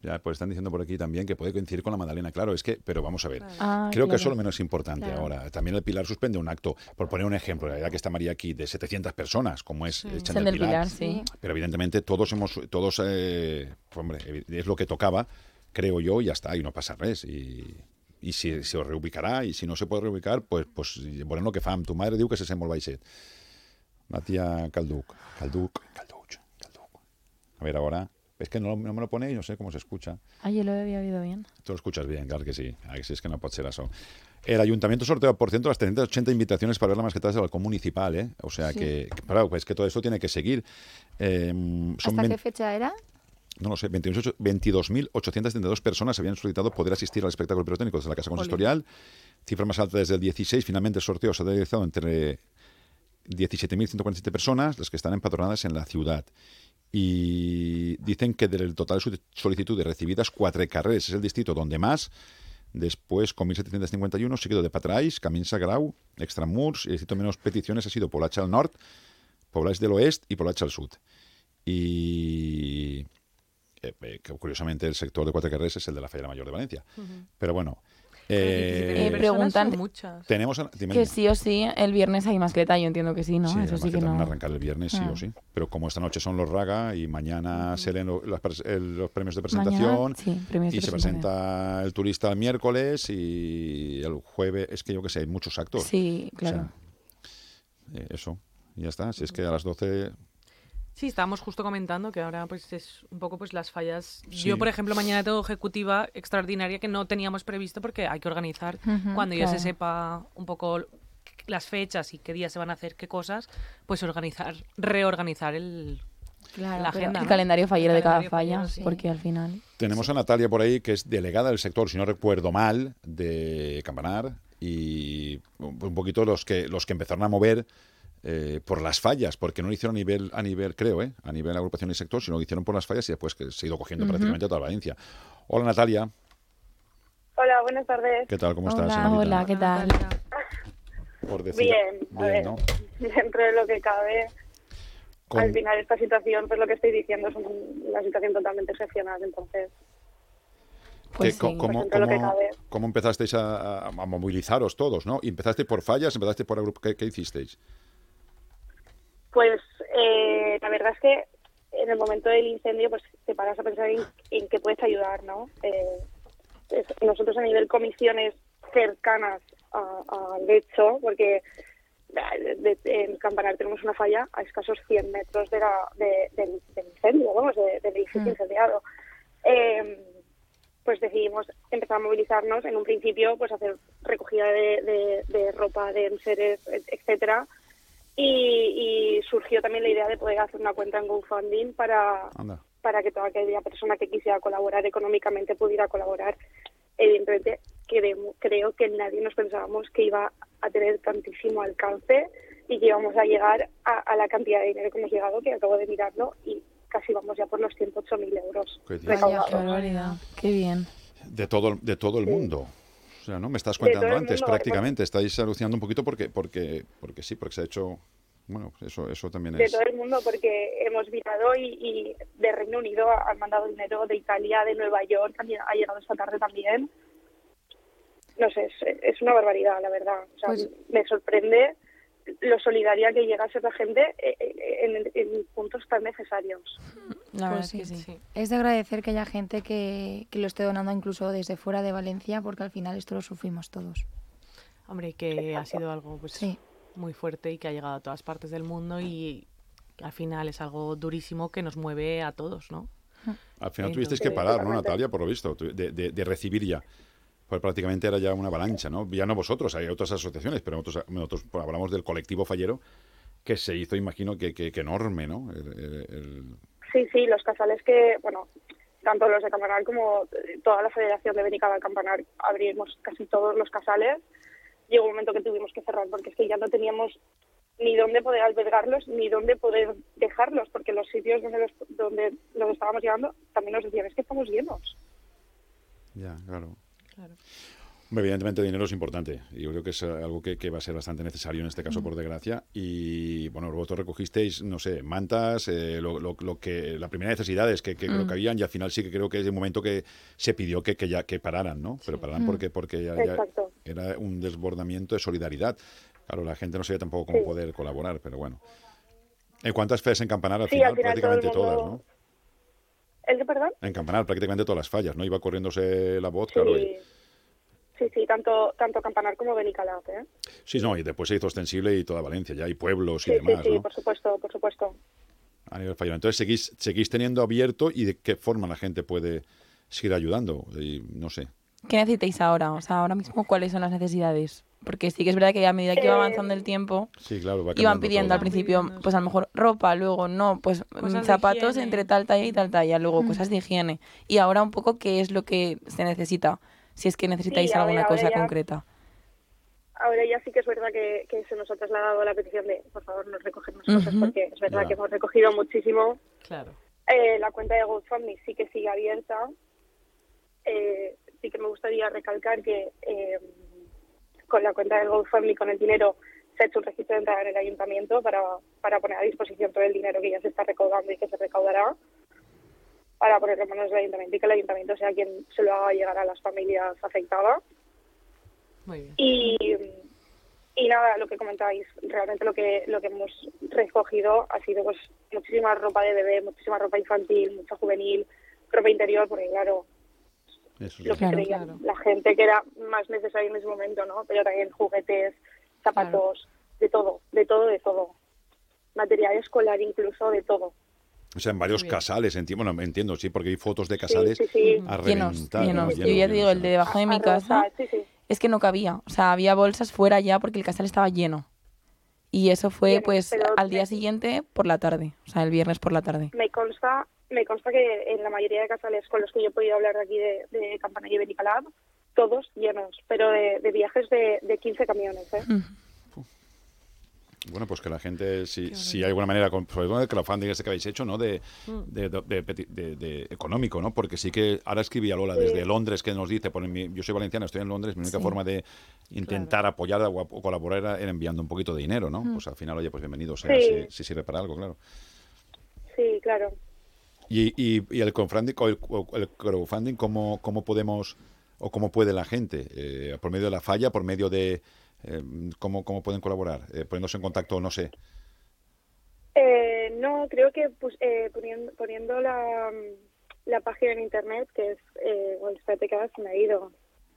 Ya, pues están diciendo por aquí también que puede coincidir con la Magdalena, claro, es que, pero vamos a ver, Ah, creo que claro. eso es lo menos importante Claro. ahora. También el Pilar suspende un acto, por poner un ejemplo, ya que está María aquí, de setecientas personas, como es el Chan Chan del del Pilar. Pilar, sí. Pero evidentemente todos hemos, todos, eh, pues, hombre, evi- es lo que tocaba, creo yo, y ya está, y no pasa res. Y, y si se reubicará, y si no se puede reubicar, pues, pues bueno, lo que fam, tu madre diu que se sent molt baixet. Matías Calduc, Calduc, Calduc, Calduc. A ver ahora, es que no, no me lo pone y no sé cómo se escucha. Ah, yo lo había oído bien. Tú lo escuchas bien, claro que sí. Ah, que sí, es que no puede ser eso. El ayuntamiento sortea, por ciento, las trescientas ochenta invitaciones para ver las masquetas del balcón municipal, ¿eh? O sea Sí. que, que, claro, pues que todo esto tiene que seguir. Eh, son ¿Hasta vein- qué fecha era? no lo sé, veintidós mil ochocientos setenta y dos personas habían solicitado poder asistir al espectáculo pirotécnico desde la Casa Consistorial. Cifra más alta desde el dieciséis. Finalmente el sorteo se ha realizado entre diecisiete mil ciento cuarenta y siete personas, las que están empadronadas en la ciudad. Y dicen que del total de solicitudes recibidas, Quatre Carrers es el distrito donde más. Después, con mil setecientos cincuenta y uno, seguido de Patrais, Camins Sagrau, Extramurs, y el distrito menos peticiones ha sido Poblatge al Nord, Poblatge del Oest y Poblatge al Sud. Y eh, eh, que curiosamente el sector de Quatre Carrers es el de la Falla Mayor de Valencia. Ujú. Pero bueno, eh, Eh, preguntan muchas. tenemos a- dime, que dime. sí o sí el viernes hay mascleta, yo entiendo que sí, ¿no? Sí, Eso además sí que que también no. arrancar el viernes, sí Ah. o sí. Pero como esta noche son los Raga y mañana se leen lo- las pres- el- los premios de Mañana, presentación sí, premios y de se presentación. presenta el turista el miércoles y el jueves, es que yo que sé, hay muchos actos. Sí, O claro. sea, eh, eso, y ya está. Si es que a las doce... Sí, estábamos justo comentando que ahora pues es un poco pues las fallas. Sí. Yo, por ejemplo, mañana tengo ejecutiva extraordinaria que no teníamos previsto porque hay que organizar Ujú, cuando ya se claro. sepa un poco las fechas y qué días se van a hacer qué cosas, pues organizar, reorganizar el Claro, la pero agenda, el ¿no? calendario fallero El de cada calendario falla, fallero, sí. porque al final... Tenemos a Natalia por ahí, que es delegada del sector, si no recuerdo mal, de Campanar, y un un poquito los que los que empezaron a mover eh, por las fallas, porque no lo hicieron a nivel, a nivel, creo, ¿eh? a nivel agrupación y sector, sino lo hicieron por las fallas y después que se ha ido cogiendo Ujú. prácticamente toda Valencia. Hola Natalia, Hola, buenas tardes. ¿qué tal? ¿Cómo estás? Hola, señorita? hola, ¿qué tal? Por decir- Bien, a bien, ver, ¿no? dentro de lo que cabe, Con- al final esta situación, pues lo que estoy diciendo es un- una situación totalmente excepcional, entonces, ¿Qué- co- ¿Cómo, pues dentro de lo que cómo- cabe. cómo empezasteis a, a- a movilizaros todos, ¿no? ¿Y ¿Empezasteis por fallas? ¿Empezasteis por agrup- ¿Qué, qué hicisteis? Pues eh, la verdad es que en el momento del incendio, pues te paras a pensar en, en qué puedes ayudar, ¿no? Eh, es- nosotros a nivel comisiones cercanas a- al hecho, porque de- de- en Campanar tenemos una falla a escasos cien metros de la, de- del, del incendio, vamos, de- del edificio Mm. incendiado. Eh, pues decidimos empezar a movilizarnos, en un principio, pues hacer recogida de, de- de ropa, de enseres, et- etcétera, y, y surgió también la idea de poder hacer una cuenta en GoFundMe para, Anda. para que toda aquella persona que quisiera colaborar económicamente pudiera colaborar. Evidentemente, creo, creo que nadie nos pensábamos que iba a tener tantísimo alcance y que íbamos a llegar a, a la cantidad de dinero que hemos llegado, que acabo de mirarlo, y casi vamos ya por los ciento ocho mil euros Qué bien. recaudados. Qué barbaridad, qué bien. De todo, de todo el mundo. O sea, ¿no? Me estás De contando todo el antes, mundo, prácticamente. Estáis alucinando un poquito porque, porque, porque sí, porque se ha hecho... Bueno, eso, eso también De es... todo el mundo, porque hemos mirado y, y de Reino Unido han mandado dinero, de Italia, de Nueva York, también ha llegado esta tarde también. No sé, es, es una barbaridad, la verdad. O sea, Pues- me sorprende lo solidaria que llega a ser la gente eh, eh, en, en puntos tan necesarios. La verdad Pues es que sí. sí. Es de agradecer que haya gente que, que lo esté donando incluso desde fuera de Valencia, porque al final esto lo sufrimos todos. Hombre, y que ha sido algo pues Sí. muy fuerte y que ha llegado a todas partes del mundo y al final es algo durísimo que nos mueve a todos, ¿no? Al final Entonces- tuvisteis que parar, ¿no, Natalia? Por lo visto, tu- de, de- de recibir ya. Pues prácticamente era ya una avalancha, ¿no? Ya no vosotros, hay otras asociaciones, pero nosotros, nosotros pues, hablamos del colectivo fallero que se hizo, imagino, que, que, que enorme, ¿no? El- el- el- Sí, sí, los casales que, bueno, tanto los de Campanar como toda la Federación de Benicada Campanar abrimos casi todos los casales. Llegó un momento que tuvimos que cerrar porque es que ya no teníamos ni dónde poder albergarlos ni dónde poder dejarlos, porque los sitios donde los, donde los estábamos llevando también nos decían, es que estamos llenos. Ya, claro. Claro. Evidentemente el dinero es importante y yo creo que es algo que, que va a ser bastante necesario en este caso, por desgracia. Y bueno, vosotros recogisteis, no sé, mantas, eh, lo, lo, lo que la primera necesidad es que, que mm. lo que habían, y al final sí que creo que es el momento que se pidió que, que ya que pararan, ¿no? Pero pararan mm. porque, porque ya, ya era un desbordamiento de solidaridad. Claro, la gente no sabía tampoco cómo sí. poder colaborar, pero bueno. ¿En cuántas fallas en Campanar al, sí, final? al final? Prácticamente mundo... todas, ¿no? ¿El qué, perdón? En Campanar prácticamente todas las fallas, ¿no? Iba corriéndose la voz, sí. claro. Y... Sí, sí, tanto tanto Campanar como Benicalap, ¿eh? Sí, no, y después se hizo extensible y toda Valencia ya, y pueblos sí, y demás, sí, sí, ¿no? por supuesto, por supuesto. A nivel fallero. Entonces, ¿seguís, seguís teniendo abierto y de qué forma la gente puede seguir ayudando? Y, no sé. ¿Qué necesitáis ahora? O sea, ahora mismo, ¿cuáles son las necesidades? Porque sí que es verdad que a medida que iba avanzando el tiempo, sí, claro, va iban pidiendo todo. Al principio, pues a lo mejor ropa, luego no, pues cosas zapatos entre tal talla y tal talla, luego mm. cosas de higiene. Y ahora un poco, ¿qué es lo que se necesita? Si es que necesitáis sí, alguna ahora, cosa ahora ya, concreta. Ahora ya sí que es verdad que, que se nos ha trasladado la petición de, por favor, nos recogen más uh-huh. cosas, porque es verdad yeah. que hemos recogido muchísimo. Claro. Eh, la cuenta de GoFundMe sí que sigue abierta. Eh, sí que me gustaría recalcar que eh, con la cuenta de GoFundMe, con el dinero, se ha hecho un registro de entrada en el ayuntamiento para, para poner a disposición todo el dinero que ya se está recaudando y que se recaudará, para ponerlo en manos del ayuntamiento y que el ayuntamiento sea quien se lo haga llegar a las familias afectadas. Muy bien. Y, y nada, lo que comentáis, realmente lo que lo que hemos recogido ha sido pues muchísima ropa de bebé, muchísima ropa infantil, mucha juvenil, ropa interior, porque claro, Eso lo que claro, creía claro. la gente que era más necesario en ese momento, ¿no? Pero también juguetes, zapatos, claro. de todo, de todo, de todo. Material escolar incluso, de todo. O sea, en varios casales, entiendo, bueno, entiendo, sí, porque hay fotos de casales sí, sí, sí. a llenos, reventar. llenos. ¿no? Yo ya te digo, el de debajo de mi a casa rosa, sí, sí. es que no cabía. O sea, había bolsas fuera ya porque el casal estaba lleno. Y eso fue, Bien, pues, al día me, siguiente por la tarde. O sea, el viernes por la tarde. Me consta me consta que en la mayoría de casales con los que yo he podido hablar de aquí de, de Campanar y Benicalap, todos llenos, pero de, de viajes de, de quince camiones, ¿eh? Mm. Bueno, pues que la gente, si, si hay alguna manera, con, sobre todo el crowdfunding ese que habéis hecho, ¿no? De, de, de, de, de, de económico, ¿no? Porque sí que ahora escribí a Lola sí. desde Londres que nos dice, por mi, yo soy valenciana, estoy en Londres, mi única sí. forma de intentar claro. apoyar o, o colaborar era enviando un poquito de dinero, ¿no? Mm. Pues al final, oye, pues bienvenido sea, sí. si, si sirve para algo, claro. Sí, claro. Y, y, y el crowdfunding, el, el crowdfunding ¿cómo, cómo podemos o cómo puede la gente? Eh, ¿Por medio de la falla, por medio de... Eh, ¿cómo, ¿Cómo pueden colaborar? Eh, poniéndose en contacto, no sé. Eh, no, creo que pues, eh, poniendo, poniendo la, la página en internet, que es, eh, bueno, espérate que ahora se me ha ido,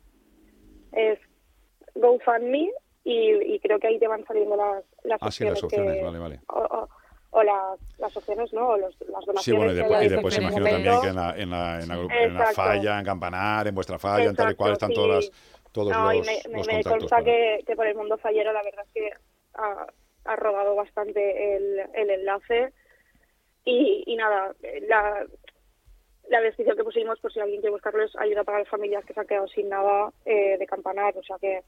es GoFundMe y, y creo que ahí te van saliendo las, las ah, opciones. Sí, las opciones, que, vale, vale. O, o, o las, las opciones, ¿no? O los, las donaciones. Sí, bueno, y después, y después imagino momento. también que en la, en, la, en, la, en la falla, en Campanar, en vuestra falla, Exacto, en tal y cual, están sí. todas las... Todos no, los, y me, los me consta para... que, que por el mundo fallero la verdad es que ha, ha rodado bastante el, el enlace y, y nada, la, la descripción que pusimos, por si alguien quiere buscarlo, es ayuda para las familias que se han quedado sin nada eh, de Campanar, o sea que...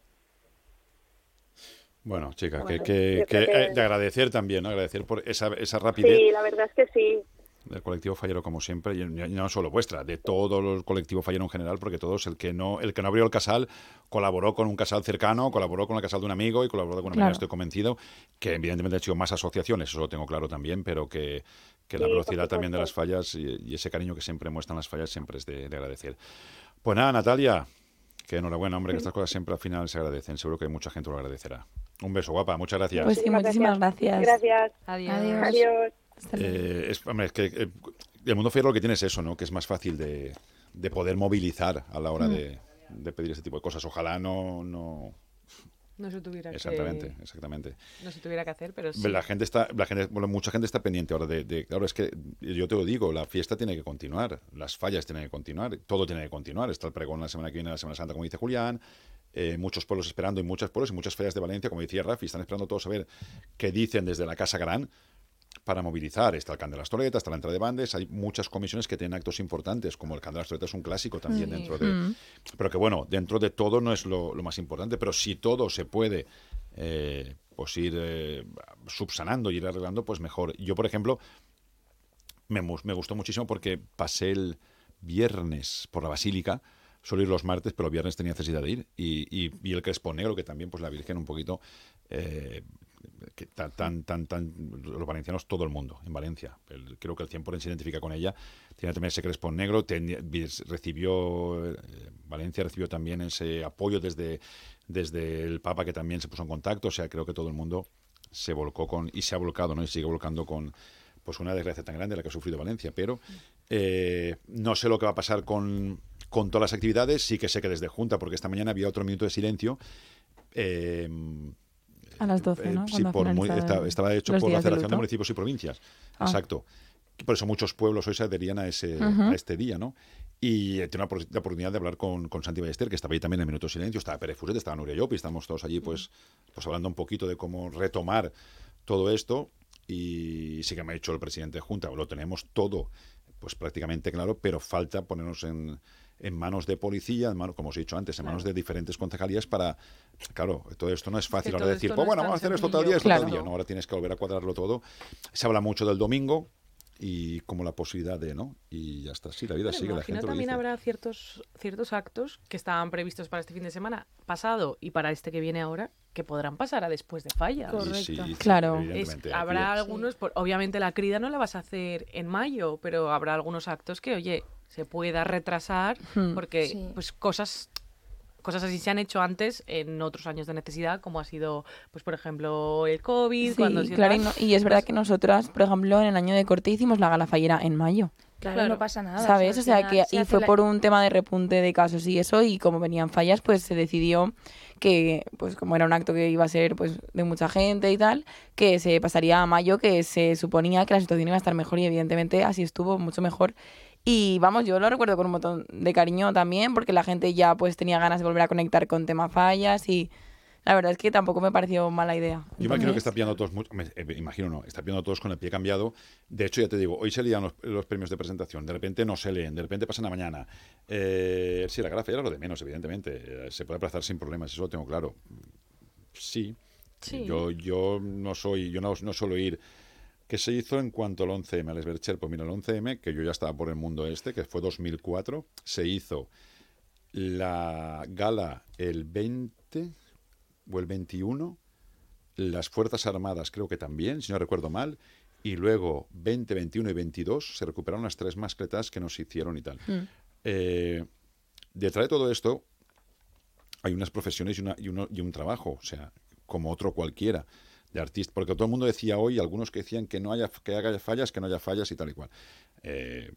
Bueno, chica, bueno, que, que, que, que de agradecer también, ¿no? Agradecer por esa, esa rapidez. Sí, la verdad es que sí. Del colectivo fallero, como siempre, y no solo vuestra, de todo el colectivo fallero en general, porque todos, el que no el que no abrió el casal, colaboró con un casal cercano, colaboró con el casal de un amigo y colaboró de alguna claro. manera, estoy convencido, que evidentemente han sido más asociaciones, eso lo tengo claro también, pero que, que sí, la velocidad también de las fallas y, y ese cariño que siempre muestran las fallas siempre es de, de agradecer. Pues nada, Natalia, que enhorabuena, hombre, que estas cosas siempre al final se agradecen, seguro que mucha gente lo agradecerá. Un beso, guapa, muchas gracias. Pues sí, muchísimas gracias. Gracias. Adiós. Adiós. Adiós. Eh, es, hombre, es que eh, el mundo fallero lo que tiene es eso, ¿no? Que es más fácil de, de poder movilizar a la hora mm. de, de pedir ese tipo de cosas. Ojalá no... no... No se tuviera exactamente, que... exactamente. No se tuviera que hacer, pero sí. La gente está, la gente, bueno, mucha gente está pendiente ahora de, de... Claro, es que yo te lo digo, la fiesta tiene que continuar, las fallas tienen que continuar, todo tiene que continuar. Está el pregón la semana que viene, la Semana Santa, como dice Julián, eh, muchos pueblos esperando y muchos pueblos y muchas fallas de Valencia, como decía Rafi, están esperando todos a ver qué dicen desde la Casa Gran para movilizar. Está el Can de las Toletas, está la entrada de bandes, hay muchas comisiones que tienen actos importantes, como el Can de las Toletas es un clásico también sí. dentro de... Mm. Pero que bueno, dentro de todo no es lo, lo más importante, pero si todo se puede eh, pues ir eh, subsanando y ir arreglando, pues mejor. Yo, por ejemplo, me, me gustó muchísimo porque pasé el viernes por la Basílica, suelo ir los martes, pero el viernes tenía necesidad de ir. Y, y, y el Crespo Negro, que también, pues la Virgen un poquito, eh, que tan, tan, tan, tan, los valencianos, todo el mundo en Valencia. El, creo que el cien por ciento se identifica con ella. Tiene también ese Crespo Negro, ten, recibió, eh, Valencia recibió también ese apoyo desde, desde el Papa, que también se puso en contacto. O sea, creo que todo el mundo se volcó con, y se ha volcado, ¿no? Y sigue volcando con, pues una desgracia tan grande la que ha sufrido Valencia. Pero eh, no sé lo que va a pasar con... con todas las actividades. Sí que sé que desde Junta, porque esta mañana había otro minuto de silencio, eh, a las doce, ¿no? Eh, sí, por muy, está, estaba hecho por la Federación de, de Municipios y Provincias. Ah. Exacto. Por eso muchos pueblos hoy se adherían a, ese, uh-huh. a este día, ¿no? Y eh, tengo la oportunidad de hablar con, con Santi Ballester, que estaba ahí también en el minuto de silencio, estaba Pérez Fuset, estaba Nuria Llopi, estamos todos allí pues, pues hablando un poquito de cómo retomar todo esto. Y sí que me ha dicho el presidente de Junta, lo tenemos todo pues prácticamente claro, pero falta ponernos en, en manos de policía, en manos, como os he dicho antes, en manos claro. de diferentes concejalías para... Claro, todo esto no es fácil ahora decir, pues no bueno, vamos a hacer esto tal día, esto claro. tal día. No, ahora tienes que volver a cuadrarlo todo. Se habla mucho del domingo y como la posibilidad de, ¿no? Y ya está, sí, la vida bueno, sigue, la gente lo también dice. Habrá ciertos, ciertos actos que estaban previstos para este fin de semana pasado y para este que viene ahora, que podrán pasar a después de Fallas. Correcto. Sí, sí, claro. Es, habrá aquí, algunos, sí. por, obviamente la crida no la vas a hacer en mayo, pero habrá algunos actos que, oye, se pueda retrasar hmm. porque sí. pues cosas... Cosas así se han hecho antes en otros años de necesidad, como ha sido, pues por ejemplo, el COVID. Sí, cuando claro, y, no, y es verdad que nosotras, por ejemplo, en el año de corte hicimos la gala fallera en mayo. Claro, claro, no pasa nada. ¿Sabes? O sea, o sea que y fue la... por un tema de repunte de casos y eso, y como venían fallas, pues se decidió que, pues como era un acto que iba a ser pues de mucha gente y tal, que se pasaría a mayo, que se suponía que la situación iba a estar mejor y evidentemente así estuvo, mucho mejor. Y vamos, yo lo recuerdo con un montón de cariño también, porque la gente ya pues tenía ganas de volver a conectar con tema fallas y la verdad es que tampoco me pareció mala idea. Yo Entonces... imagino que está pillando todos, me, eh, imagino no, está pillando todos con el pie cambiado. De hecho, ya te digo, hoy se leían los, los premios de presentación, de repente no se leen, de repente pasan a mañana. Eh, sí, la grafía era lo de menos, evidentemente. Se puede aplazar sin problemas, eso lo tengo claro. Sí, sí. Yo, yo no soy, yo no, no suelo ir... ¿Qué se hizo en cuanto al once eme, al Esbercher? Pues mira, el once eme, que yo ya estaba por el mundo este, que fue dos mil cuatro, se hizo la gala el veinte o el veintiuno, las Fuerzas Armadas creo que también, si no recuerdo mal, y luego veinte, veintiuno y veintidós se recuperaron las tres mascletas que nos hicieron y tal. Mm. Eh, detrás de todo esto hay unas profesiones y, una, y, uno, y un trabajo, o sea, como otro cualquiera. De artista, porque todo el mundo decía hoy, algunos que decían que no haya que haya fallas, que no haya fallas y tal y cual. Eh,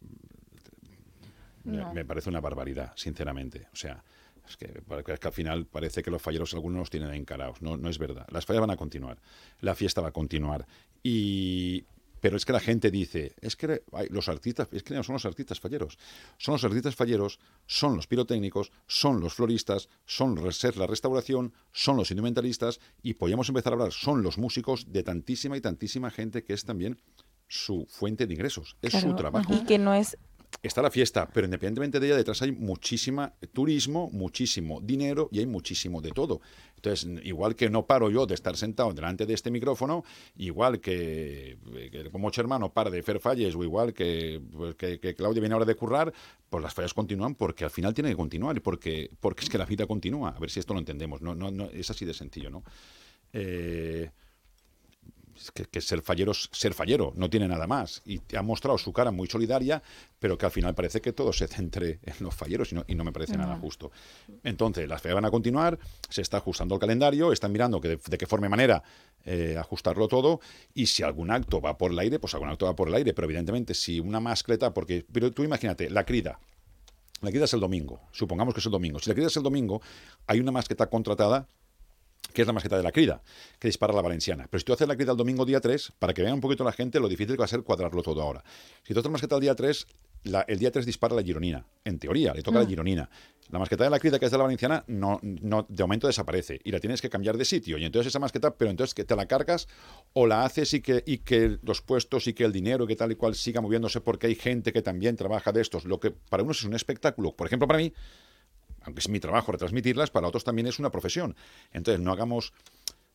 no. me, me parece una barbaridad, sinceramente. O sea, es que, es que al final parece que los falleros algunos los tienen encarados. No, no es verdad. Las fallas van a continuar. La fiesta va a continuar. Y... Pero es que la gente dice, es que los artistas, es que no son los artistas falleros. Son los artistas falleros, son los pirotécnicos, son los floristas, son la restauración, son los indumentalistas y podríamos empezar a hablar, son los músicos de tantísima y tantísima gente que es también su fuente de ingresos, es claro, su trabajo. Y que no es... Está la fiesta, pero independientemente de ella, detrás hay muchísima turismo, muchísimo dinero y hay muchísimo de todo. Entonces, igual que no paro yo de estar sentado delante de este micrófono, igual que, que como hermano para de hacer falles, o igual que, pues, que, que Claudia viene ahora de currar, pues las fallas continúan porque al final tiene que continuar y porque, porque es que la vida continúa. A ver si esto lo entendemos. No, no, no, es así de sencillo, ¿no? Eh... Que, que ser fallero ser fallero, no tiene nada más. Y ha mostrado su cara muy solidaria, pero que al final parece que todo se centre en los falleros y no, y no me parece uh-huh. nada justo. Entonces, las fallas van a continuar, se está ajustando el calendario, están mirando que de, de qué forma y manera eh, ajustarlo todo, y si algún acto va por el aire, pues algún acto va por el aire, pero evidentemente si una mascleta, porque pero tú imagínate, la crida, la crida es el domingo, supongamos que es el domingo, si la crida es el domingo, hay una mascleta contratada que es la mascleta de la crida, que dispara la valenciana. Pero si tú haces la crida el domingo día tres, para que vean un poquito la gente lo difícil que va a ser cuadrarlo todo ahora. Si tú haces la mascleta el día tres, la, el día tres dispara la gironina. En teoría, le toca mm. la gironina. La mascleta de la crida, que es de la valenciana, no, no, de momento desaparece. Y la tienes que cambiar de sitio. Y entonces esa mascleta, pero entonces que te la cargas o la haces y que, y que los puestos y que el dinero que tal y cual siga moviéndose porque hay gente que también trabaja de estos. Lo que para unos es un espectáculo. Por ejemplo, para mí, aunque es mi trabajo retransmitirlas, para otros también es una profesión. Entonces, no hagamos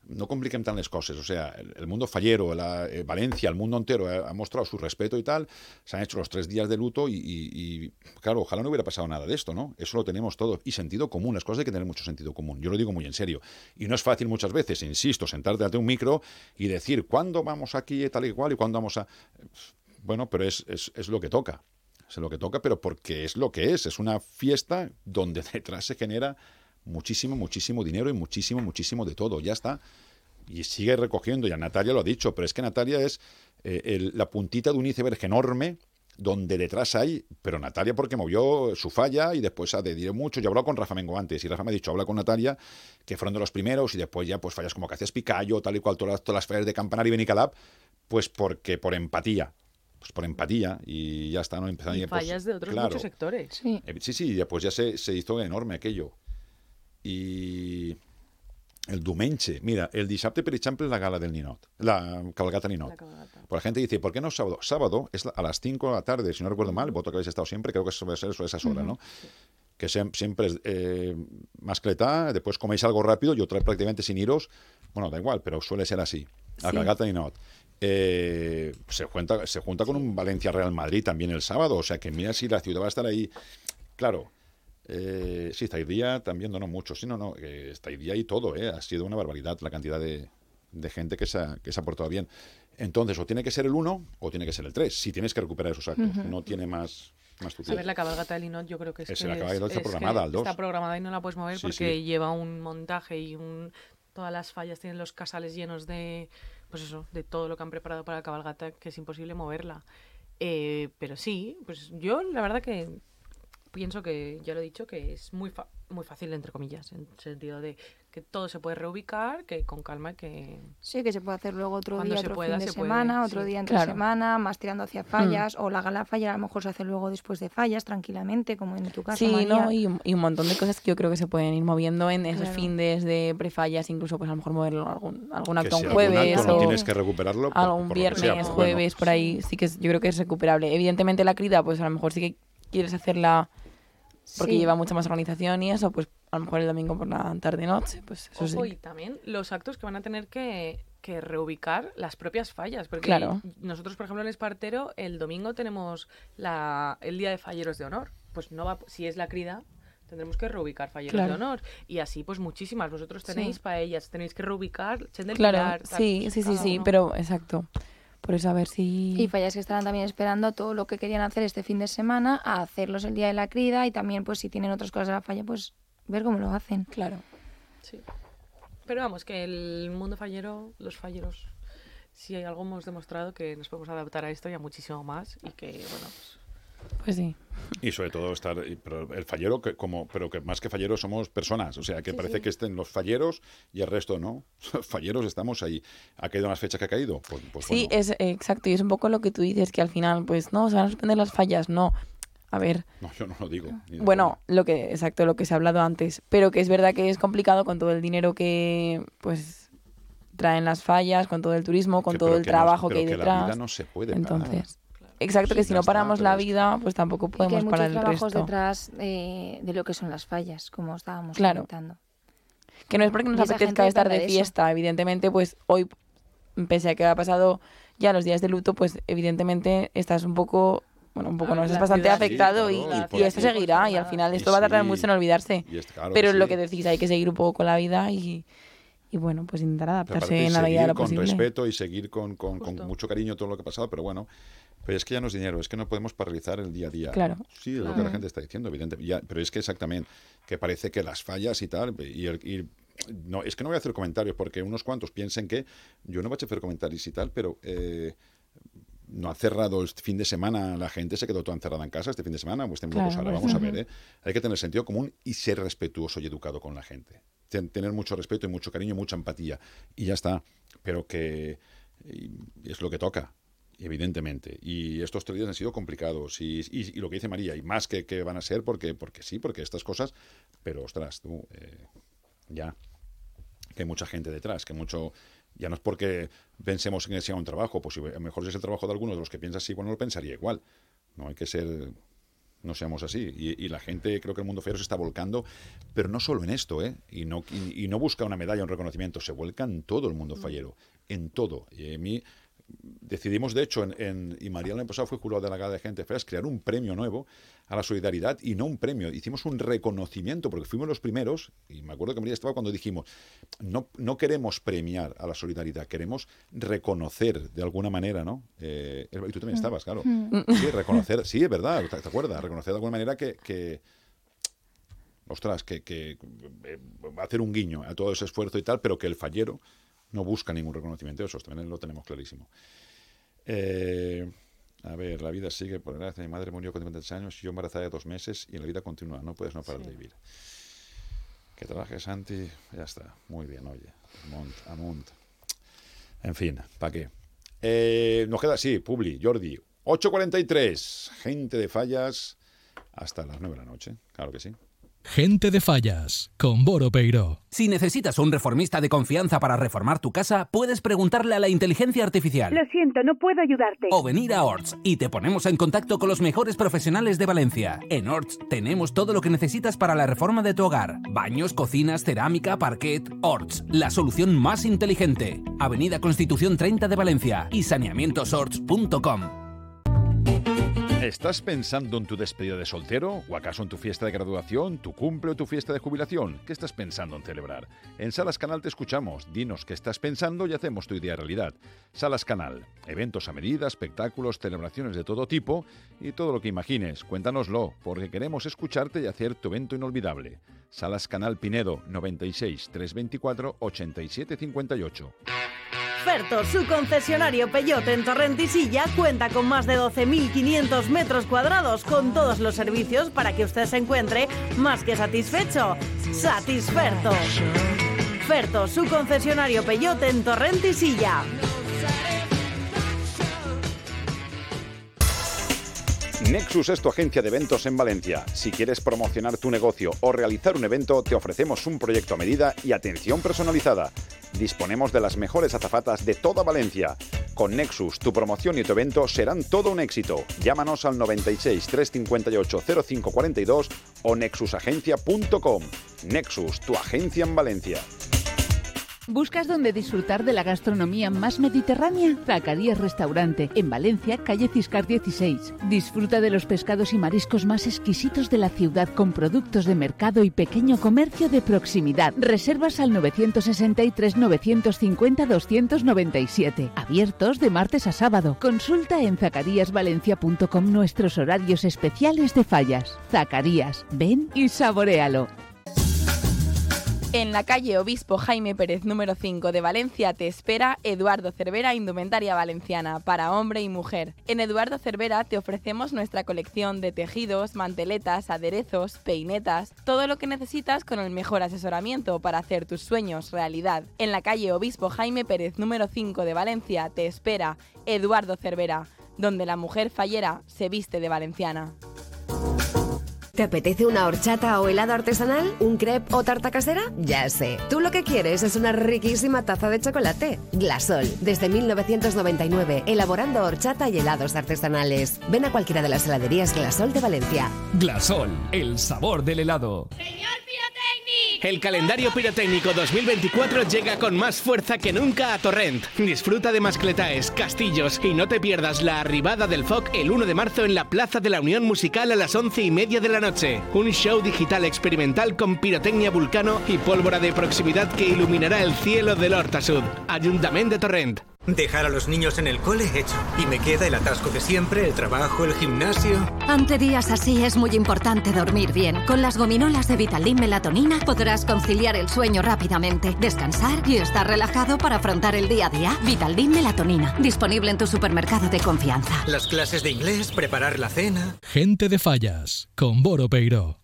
no compliquem tant les coses. O sea, el, el mundo fallero, la, eh, Valencia, el mundo entero ha, ha mostrado su respeto y tal. Se han hecho los tres días de luto y, y, y, claro, ojalá no hubiera pasado nada de esto, ¿no? Eso lo tenemos todos. Y sentido común, las cosas hay que tener mucho sentido común. Yo lo digo muy en serio. Y no es fácil muchas veces, insisto, sentarte ante un micro y decir, ¿cuándo vamos aquí tal y cual y cuándo vamos a...? Bueno, pero es, es, es lo que toca. Es lo que toca, pero porque es lo que es. Es una fiesta donde detrás se genera muchísimo, muchísimo dinero y muchísimo, muchísimo de todo. Ya está. Y sigue recogiendo. Ya Natalia lo ha dicho, pero es que Natalia es eh, el, la puntita de un iceberg enorme donde detrás hay, pero Natalia porque movió su falla y después ha de diré mucho. Yo he hablado con Rafa Mengo antes y Rafa me ha dicho, habla con Natalia, que fueron de los primeros y después ya pues fallas como que haces Picayo, tal y cual, todas, todas las fallas de Campanar y Benicalap, pues porque por empatía. Pues por empatía y ya está, ¿no? Empezaron y ya, fallas pues, de otros claro, muchos sectores. Sí, eh, sí, sí, ya, pues ya se, se hizo enorme aquello. I el diumenge, mira, el dissabte, por ejemplo, es la gala del Ninot, la cabalgata Ninot. La cabalgata. Pues la gente dice, ¿por qué no sábado? Sábado es a las cinco de la tarde, si no recuerdo mal, voto que habéis estado siempre, creo que suele ser sobre esas horas, ¿no? Sí. Que se, siempre es eh, mascletá, después coméis algo rápido y otra vez prácticamente sin iros, bueno, da igual, pero suele ser así. La sí. cabalgata Ninot. Eh, se, junta, se junta con un Valencia-Real Madrid también el sábado, o sea que mira si la ciudad va a estar ahí. Claro, eh, sí, Zaidia también donó mucho, sí, no, no, eh, Zaidia y todo, eh, ha sido una barbaridad la cantidad de, de gente que se, ha, que se ha portado bien. Entonces, o tiene que ser el uno o tiene que ser el tres, si tienes que recuperar esos actos, uh-huh. no tiene más... más a ver, la cabalgata del Linot yo creo que es, es que la cabalgata es, está programada al dos. Está programada y no la puedes mover sí, porque sí. lleva un montaje y un... todas las fallas tienen los casales llenos de... pues eso, de todo lo que han preparado para la cabalgata, que es imposible moverla. Eh, pero sí, pues yo la verdad que pienso que, ya lo he dicho, que es muy fa- muy fácil, entre comillas, en el sentido de que todo se puede reubicar, que con calma, que... Sí, que se puede hacer luego otro Cuando día, se otro pueda, fin de se puede, semana, otro sí. día entre Claro. semana, más tirando hacia fallas, mm. o la gala falla a lo mejor se hace luego después de fallas, tranquilamente, como en tu caso, Sí, María. ¿no? Y, un- y un montón de cosas que yo creo que se pueden ir moviendo en esos Claro. findes de prefallas, incluso pues a lo mejor moverlo algún, algún Que acto si un algún jueves acto no o tienes que recuperarlo por, algún por lo que viernes, sea, pues jueves, bueno. por ahí, sí que es- yo creo que es recuperable. Evidentemente la crida, pues a lo mejor sí que quieres hacerla porque Sí. lleva mucha más organización y eso, pues a lo mejor el domingo por la tarde-noche, pues eso Ojo, sí. y también los actos que van a tener que, que reubicar las propias fallas. Porque Claro. nosotros, por ejemplo, en Espartero, el domingo tenemos la, el Día de Falleros de Honor. Pues no va, si es la crida, tendremos que reubicar falleros Claro. de honor. Y así, pues muchísimas. Vosotros tenéis Sí. paellas, tenéis que reubicar, Chen del Claro, Pilar, tal, sí, pues sí, sí, cada sí, uno. pero exacto. Por eso a ver si... Y fallas que estarán también esperando todo lo que querían hacer este fin de semana, a hacerlos el día de la crida y también, pues si tienen otras cosas de la falla, pues ver cómo lo hacen. Claro. Sí. Pero vamos, que el mundo fallero, los falleros, si hay algo hemos demostrado que nos podemos adaptar a esto y a muchísimo más y que, bueno, pues... Pues sí. Y sobre todo estar, y- pero el fallero, que como, pero que más que falleros somos personas, o sea, que Sí, parece sí. que estén los falleros y el resto no. Los falleros estamos ahí. ¿Ha caído en las fechas que ha caído? Pues, pues Sí, bueno. es eh, exacto, y es un poco lo que tú dices, que al final, pues no, se van a suspender las fallas, no. A ver, No, yo no lo digo. ni de bueno, lo que, exacto, lo que se ha hablado antes, pero que es verdad que es complicado con todo el dinero que, pues, traen las fallas, con todo el turismo, con Que- todo pero el que no- trabajo pero que hay que la detrás. vida no se puede parar. Entonces, exacto, que Sí, si ya no está, paramos pero la es que- vida, pues tampoco Y que podemos hay parar muchos el trabajos resto. detrás eh, de lo que son las fallas, como estábamos Claro. comentando. Que no es porque nos Y esa apetezca gente estar depende de de eso. fiesta, evidentemente, pues hoy, pese a que ha pasado ya los días de luto, pues evidentemente estás un poco, bueno, un poco Claro, no, estás la bastante ciudad, afectado sí, y, claro, y- y y esto por- seguirá y al final Y esto va a tardar sí, mucho en olvidarse. y es- claro que Pero sí. lo que decís, hay que seguir un poco con la vida y, y bueno, pues intentar Pero adaptarse aparte, en la medida de seguir lo con posible. respeto y seguir con, con, con Justo. mucho cariño todo lo que ha pasado, pero bueno, pero es que ya no es dinero, es que no podemos paralizar el día a día. Claro. Sí, es lo que Claro. la gente está diciendo, evidentemente. Ya, pero es que exactamente, que parece que las fallas y tal, y, el, y no, es que no voy a hacer comentarios porque unos cuantos piensen que yo no voy a hacer comentarios y tal, pero eh, no ha cerrado el fin de semana, la gente se quedó toda encerrada en casa este fin de semana, pues estén locos Claro, ahora, pues, vamos a ujú. ver, ¿eh? Hay que tener sentido común y ser respetuoso y educado con la gente. Ten- tener mucho respeto y mucho cariño, mucha empatía. Y ya está. Pero que y es lo que toca, evidentemente. Y estos tres días han sido complicados. Y, y- y lo que dice María, y más que, que van a ser, porque, porque sí, porque estas cosas, pero ostras, tú, eh, ya, que hay mucha gente detrás, que mucho... Ya no es porque pensemos en que sea un trabajo, pues si a lo mejor si es el trabajo de algunos de los que piensa así, bueno, lo pensaría igual. No hay que ser no seamos así. Y, y la gente, creo que el mundo fallero se está volcando, pero no solo en esto, ¿eh? Y no, y, y no busca una medalla o un reconocimiento, se vuelca en todo el mundo fallero, en todo. Y a mí decidimos, de hecho, en, en, y María el año pasado fue jurado de la Gala de Gente de Fallas, crear un premio nuevo a la solidaridad, y no un premio, hicimos un reconocimiento, porque fuimos los primeros, y me acuerdo que María estaba cuando dijimos, no, no queremos premiar a la solidaridad, queremos reconocer de alguna manera, ¿no? Eh, y tú también estabas, claro. Sí, reconocer, sí, es verdad, ¿te, te acuerdas? Reconocer de alguna manera que... que ostras, que, que eh, hacer un guiño a todo ese esfuerzo y tal, pero que el fallero no busca ningún reconocimiento, eso también lo tenemos clarísimo. Eh, a ver, la vida sigue, por gracia, mi madre murió con cincuenta y tres años, yo embarazada de dos meses y la vida continúa, no puedes no parar sí. de vivir. Que trabajes, Santi, ya está, muy bien, oye, amunt, amunt. En fin, ¿para qué? Eh, nos queda, sí, Publi, Jordi, ocho cuarenta y tres, Gente de Fallas, hasta las nueve de la noche, claro que sí. Gente de Fallas, con Boro Peiro. Si necesitas un reformista de confianza para reformar tu casa, puedes preguntarle a la inteligencia artificial. Lo siento, no puedo ayudarte. O venir a Orts y te ponemos en contacto con los mejores profesionales de Valencia. En Orts tenemos todo lo que necesitas para la reforma de tu hogar. Baños, cocinas, cerámica, parquet. Orts, la solución más inteligente. Avenida Constitución treinta de Valencia y saneamientos orts punto com. ¿Estás pensando en tu despedida de soltero? ¿O acaso en tu fiesta de graduación, tu cumple o tu fiesta de jubilación? ¿Qué estás pensando en celebrar? En Salas Canal te escuchamos. Dinos qué estás pensando y hacemos tu idea realidad. Salas Canal. Eventos a medida, espectáculos, celebraciones de todo tipo y todo lo que imagines. Cuéntanoslo, porque queremos escucharte y hacer tu evento inolvidable. Salas Canal Pinedo, noventa y seis, trescientos veinticuatro, ochenta y siete cincuenta y ocho. Ferto, su concesionario Peugeot en Torrent y Silla, cuenta con más de doce mil quinientos metros cuadrados con todos los servicios para que usted se encuentre más que satisfecho. ¡Satisferto! Ferto, su concesionario Peugeot en Torrent y Silla. Nexus es tu agencia de eventos en Valencia. Si quieres promocionar tu negocio o realizar un evento, te ofrecemos un proyecto a medida y atención personalizada. Disponemos de las mejores azafatas de toda Valencia. Con Nexus, tu promoción y tu evento serán todo un éxito. Llámanos al noventa y seis, trescientos cincuenta y ocho, cero cinco cuarenta y dos o nexus agencia punto com. Nexus, tu agencia en Valencia. ¿Buscas dónde disfrutar de la gastronomía más mediterránea? Zacarías Restaurante, en Valencia, calle Ciscar dieciséis. Disfruta de los pescados y mariscos más exquisitos de la ciudad con productos de mercado y pequeño comercio de proximidad. Reservas al nueve seis tres, nueve cinco cero, dos nueve siete. Abiertos de martes a sábado. Consulta en zacarías valencia punto com nuestros horarios especiales de fallas. Zacarías, ven y saboréalo. En la calle Obispo Jaime Pérez número cinco de Valencia te espera Eduardo Cervera Indumentaria Valenciana para hombre y mujer. En Eduardo Cervera te ofrecemos nuestra colección de tejidos, manteletas, aderezos, peinetas, todo lo que necesitas con el mejor asesoramiento para hacer tus sueños realidad. En la calle Obispo Jaime Pérez número cinco de Valencia te espera Eduardo Cervera, donde la mujer fallera se viste de valenciana. ¿Te apetece una horchata o helado artesanal? ¿Un crepe o tarta casera? Ya sé. Tú lo que quieres es una riquísima taza de chocolate. Glasol, desde mil novecientos noventa y nueve, elaborando horchata y helados artesanales. Ven a cualquiera de las heladerías Glasol de Valencia. Glasol, el sabor del helado. El calendario pirotécnico dos mil veinticuatro llega con más fuerza que nunca a Torrent. Disfruta de mascletaes, castillos y no te pierdas la arribada del F O C el uno de marzo en la Plaza de la Unión Musical a las once y media de la noche. Un show digital experimental con pirotecnia Vulcano y pólvora de proximidad que iluminará el cielo del Horta Sud. Ayuntamiento de Torrent. Dejar a los niños en el cole hecho. Y me queda el atasco de siempre, el trabajo, el gimnasio. Ante días así es muy importante dormir bien. Con las gominolas de Vitaldin Melatonina podrás conciliar el sueño rápidamente, descansar y estar relajado para afrontar el día a día. Vitaldin Melatonina, disponible en tu supermercado de confianza. Las clases de inglés, preparar la cena. Gente de Fallas, con Boro Peiro.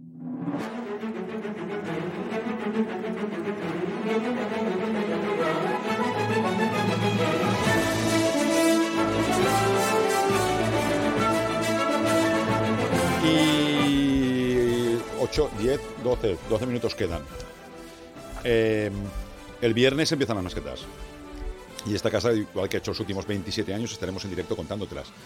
Y ocho, diez, doce, doce minutos quedan. Eh, el viernes empiezan las masquetas. Y esta casa, igual que ha hecho los últimos veintisiete años, estaremos en directo contándotelas.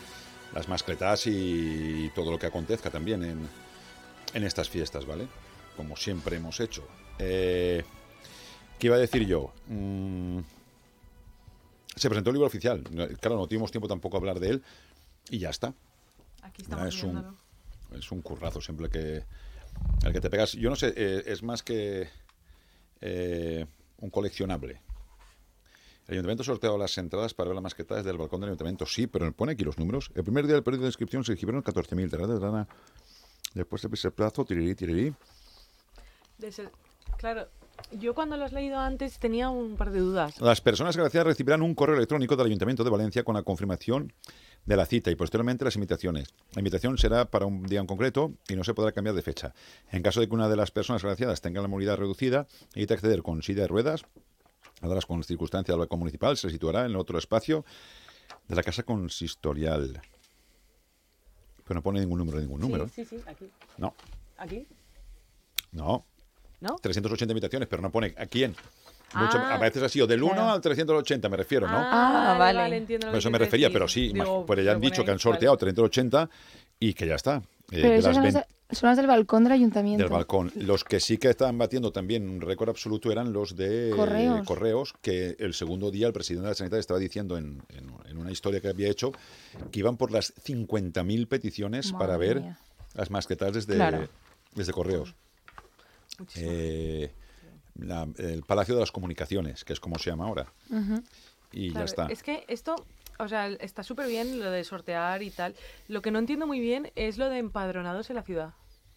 las mascletas y todo lo que acontezca también en, en estas fiestas, ¿vale? Como siempre hemos hecho. Eh, ¿Qué iba a decir yo? Mm, se presentó el libro oficial. Claro, no tuvimos tiempo tampoco a hablar de él y ya está. Aquí estamos es un, viéndolo. es un currazo siempre que el que te pegas. Yo no sé, eh, es más que eh, un coleccionable. El ayuntamiento ha sorteado las entradas para ver la mascleta desde el balcón del ayuntamiento. Sí, pero pone aquí los números. El primer día del periodo de inscripción se inscribieron catorce mil. Después se pisa el plazo, tirirí, tirirí. Desde- claro, yo cuando lo has leído antes tenía un par de dudas. Las personas agraciadas recibirán un correo electrónico del Ayuntamiento de Valencia con la confirmación de la cita y posteriormente las invitaciones. La invitación será para un día en concreto y no se podrá cambiar de fecha. En caso de que una de las personas agraciadas tenga la movilidad reducida y necesite acceder con silla de ruedas, dadas con circunstancias del balcón municipal, se situará en otro espacio de la casa consistorial. Pero no pone ningún número, ningún número. Sí, sí, sí, aquí. No, Aquí. no. ¿No? trescientas ochenta invitaciones, pero no pone a quién. Mucho- Ah, a veces ha sido del uno claro. al trescientos ochenta, me refiero, ¿no? Ah, Ah, vale, vale. entiendo lo Por que eso me quieres refería, decir. pero sí, Digo, pues ya han lo dicho que han ponéis, sorteado vale. trescientos ochenta y que ya está. Eh, Pero de esas las son las, veinte de- son las del balcón del ayuntamiento. del balcón. Los que sí que estaban batiendo también un récord absoluto eran los de Correos. Correos, que el segundo día el presidente de la Sanidad estaba diciendo en, en- en una historia que había hecho que iban por las cincuenta mil peticiones Madre para ver mía. las mascletas desde, Claro. desde Correos. Eh, la- el Palacio de las Comunicaciones, que es como se llama ahora. Ujú. Y Claro, ya está. Es que esto, o sea, está súper bien lo de sortear y tal. Lo que no entiendo muy bien es lo de empadronados en la ciudad.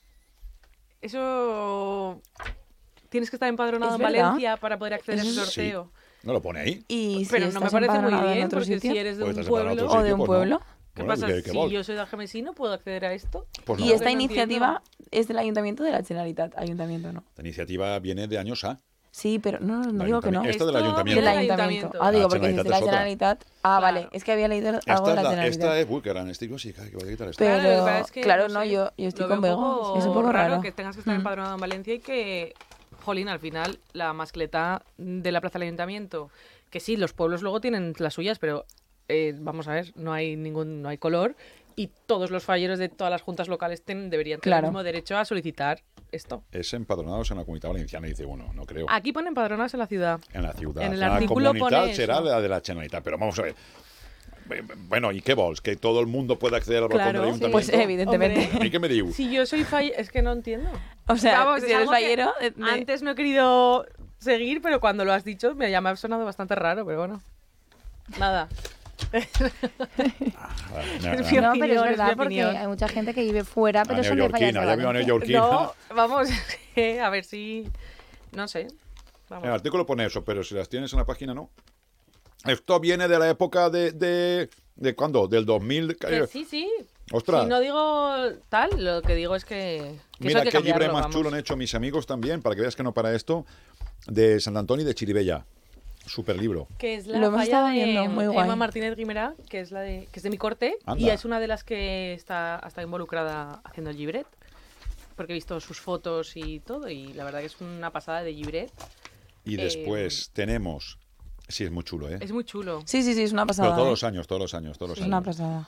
Eso... Tienes que estar empadronado ¿Es en verdad? Valencia para poder acceder a ese Eso sí. sorteo. ¿No lo pone ahí? Y si Pero no me estás parece muy empadronado en bien, otro porque sitio, si eres de Pues un estás empadronado en pueblo... otro o de sitio, un pues no. pueblo. ¿Qué Bueno, pasa? ¿qué- qué Si vol? yo soy de Algemesí, ¿puedo acceder a esto? Pues Y no. esta No entiendo. iniciativa es del ayuntamiento de la Generalitat. Ayuntamiento, ¿no? La iniciativa viene de años A. Sí, pero no, no Del digo que no. ayuntamiento. Esto del Esto ayuntamiento. Del viene ayuntamiento. Ah, La digo, porque si es de Generalitat la es otra. Generalitat. Ah, vale. Es que había leído algo Esta de es, la la, Generalitat. esta es Bucaran, estoy así, que voy a quitar esto. Pero, Claro, lo que pasa es que, claro, no no, sé, yo, yo estoy lo con veo Bego. Es un poco raro. que tengas que estar Mm. empadronado en Valencia y que, jolín, al final, la mascleta de la plaza del ayuntamiento, que sí, los pueblos luego tienen las suyas, pero eh, vamos a ver, no hay ningún, no hay color y todos los falleros de todas las juntas locales ten- deberían tener Claro. el mismo derecho a solicitar esto. Es empadronados en la Comunidad Valenciana, dice uno, no creo. Aquí ponen empadronados en la ciudad. En la ciudad. en el la artículo comunidad pone será eso. la de la Generalitat, pero vamos a ver. Bueno, ¿y qué vols? ¿Que todo el mundo pueda acceder al balcón Claro, del sí. ayuntamiento? Pues evidentemente. Hombre. ¿Y qué me digo? Si yo soy fallero, es que no entiendo. O sea, Vamos, si es eres algo que fallero... de- de- Antes no he querido seguir, pero cuando lo has dicho me, ya me ha sonado bastante raro, pero bueno. Nada. Nada, Es nada. mi No, pero es opinión, es verdad mi porque opinión. hay mucha gente que vive fuera, pero La son de fallas de neoyorquina, ya veo a Valencia. neoyorquina. No, vamos, a ver si... No sé. Vamos. En el artículo pone eso, pero si las tienes en la página, no. Esto viene de la época de... ¿De, de cuándo? Del dos mil. Que sí, sí. Ostras. Si no digo tal, lo que digo es que... que eso Mira hay que qué libre cambiarlo, más vamos. chulo han hecho mis amigos también, para que veas que no para esto, de Sant Antoni de Chiribella. Super libro. Que es la Lo hemos falla estado de viendo, muy guay. Emma Martínez Guimerá, que es la de, que es de mi corte, Anda. y es una de las que está, está involucrada haciendo el libret. Porque he visto sus fotos y todo, y la verdad que es una pasada de libret. Y Eh, después tenemos... Sí, es muy chulo, ¿eh? Es muy chulo. Sí, sí, sí, es una pasada. Pero todos ¿eh? los años, todos los años, todos los Es años. una pasada.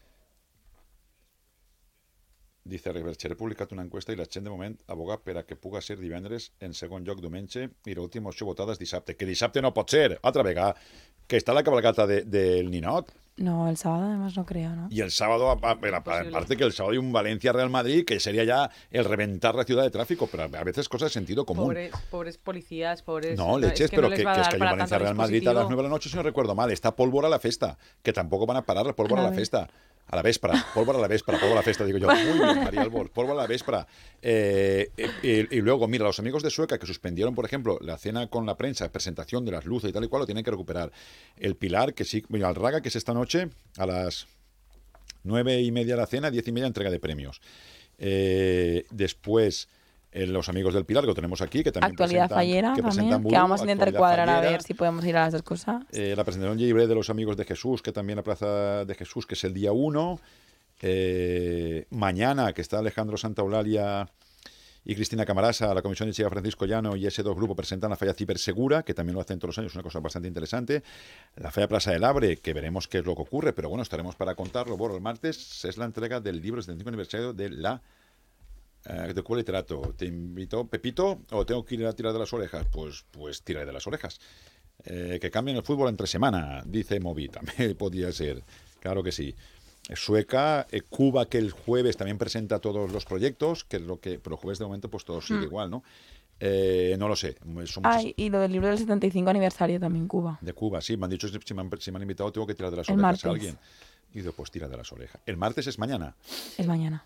Dice Reverche, he publicat una encuesta i la gent de moment aboga per a que puga ser divendres en segon lloc diumenge i l'última opció votada és dissabte. Que dissabte no pot ser, altra vegada, que està la cabalgata de, del Ninot. No, el sábado además no creo, ¿no? Y el sábado, a- a- a- aparte que el sábado hay un Valencia-Real Madrid, que sería ya el reventar la ciudad de tráfico, pero a veces cosas de sentido común. Pobres, pobres policías, pobres... No, leches, es que pero no les que, va a que es dar que hay para un tanto Valencia-Real Madrid a las dispositivo. nueve de la noche, si no recuerdo mal. Está pólvora a la festa, que tampoco van a parar la pólvora A a la la vez. festa. A la véspera, pólvora a la véspera, pólvora a la festa, digo yo. Muy bien, María Albor, pólvora a la véspera. Eh, eh, y, y luego, mira, los amigos de Sueca que suspendieron, por ejemplo, la cena con la prensa, presentación de las luces y tal y cual, lo tienen que recuperar. El Pilar, que sí, mira, el Raga, que es esta noche, a las nueve y media la cena, diez y media entrega de premios. Eh, después, eh, los amigos del Pilar, que lo tenemos aquí, que también Actualidad presentan- fallera que también, presentan que Vudú, vamos a intentar Actualidad cuadrar a Fallera. ver si podemos ir a las dos cosas. Eh, la presentación libre de los amigos de Jesús, que también la Plaza de Jesús, que es el día uno. Eh, mañana, que está Alejandro Santaeulalia y Cristina Camarasa, la Comisión de Chica Francisco Llano y ese dos Grupo presentan la falla cibersegura, que también lo hacen todos los años, una cosa bastante interesante. La falla Plaza del Abre, que veremos qué es lo que ocurre, pero bueno, estaremos para contarlo. Bueno, el martes es la entrega del libro setenta y cinco aniversario de la eh, de Cuba Literato. ¿Te invito, Pepito, o tengo que ir a tirar de las orejas? Pues, pues tira de las orejas. Eh, que cambien el fútbol entre semana, dice Movi, también podría ser, claro que sí. Sueca, eh, Cuba, que el jueves también presenta todos los proyectos, que es lo que, pero el jueves de momento pues todo sigue mm. igual, ¿no? Eh, no lo sé. Son Ay, muchas... y lo del libro del setenta y cinco aniversario también, Cuba. De Cuba, sí, me han dicho, si me han, si me han invitado tengo que tirar de las el orejas martes. A alguien. Y digo, pues tira de las orejas. El martes es mañana. Es mañana.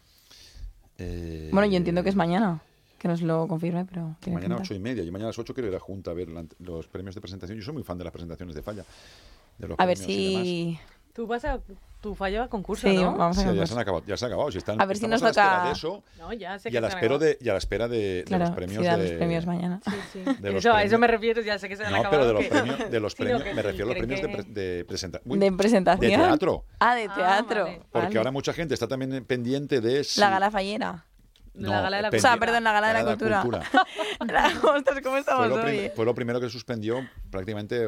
Eh... Bueno, yo entiendo que es mañana. Que nos lo confirme, pero... Mañana ocho y media. Yo mañana a las ocho quiero ir a Junta a ver la, los premios de presentación. Yo soy muy fan de las presentaciones de falla. De los a ver si... Tú vas a... Tu falla va a concurso, sí, ¿no? Vamos a sí, ya se han acabado. Ya se han acabado. Si están, a ver si nos toca... de eso, no, ya sé y, a la espera de, y a la espera de, claro, de los premios sí, de... los premios mañana. Sí, sí. De los eso, premios... a eso me refiero, ya sé que se han no, acabado. No, pero de los que... premios, de los premios me refiero a los premios que... de, pre, de, presenta... ¿De presentación? De teatro. Ah, de teatro. Ah, vale. Porque vale. ahora mucha gente está también pendiente de... Si... La gala fallera. No, la gala de la cultura. O sea, perdón, la gala, la gala de la cultura. cultura. Ostras, ¿cómo estamos fue, lo hoy? fue lo primero que suspendió prácticamente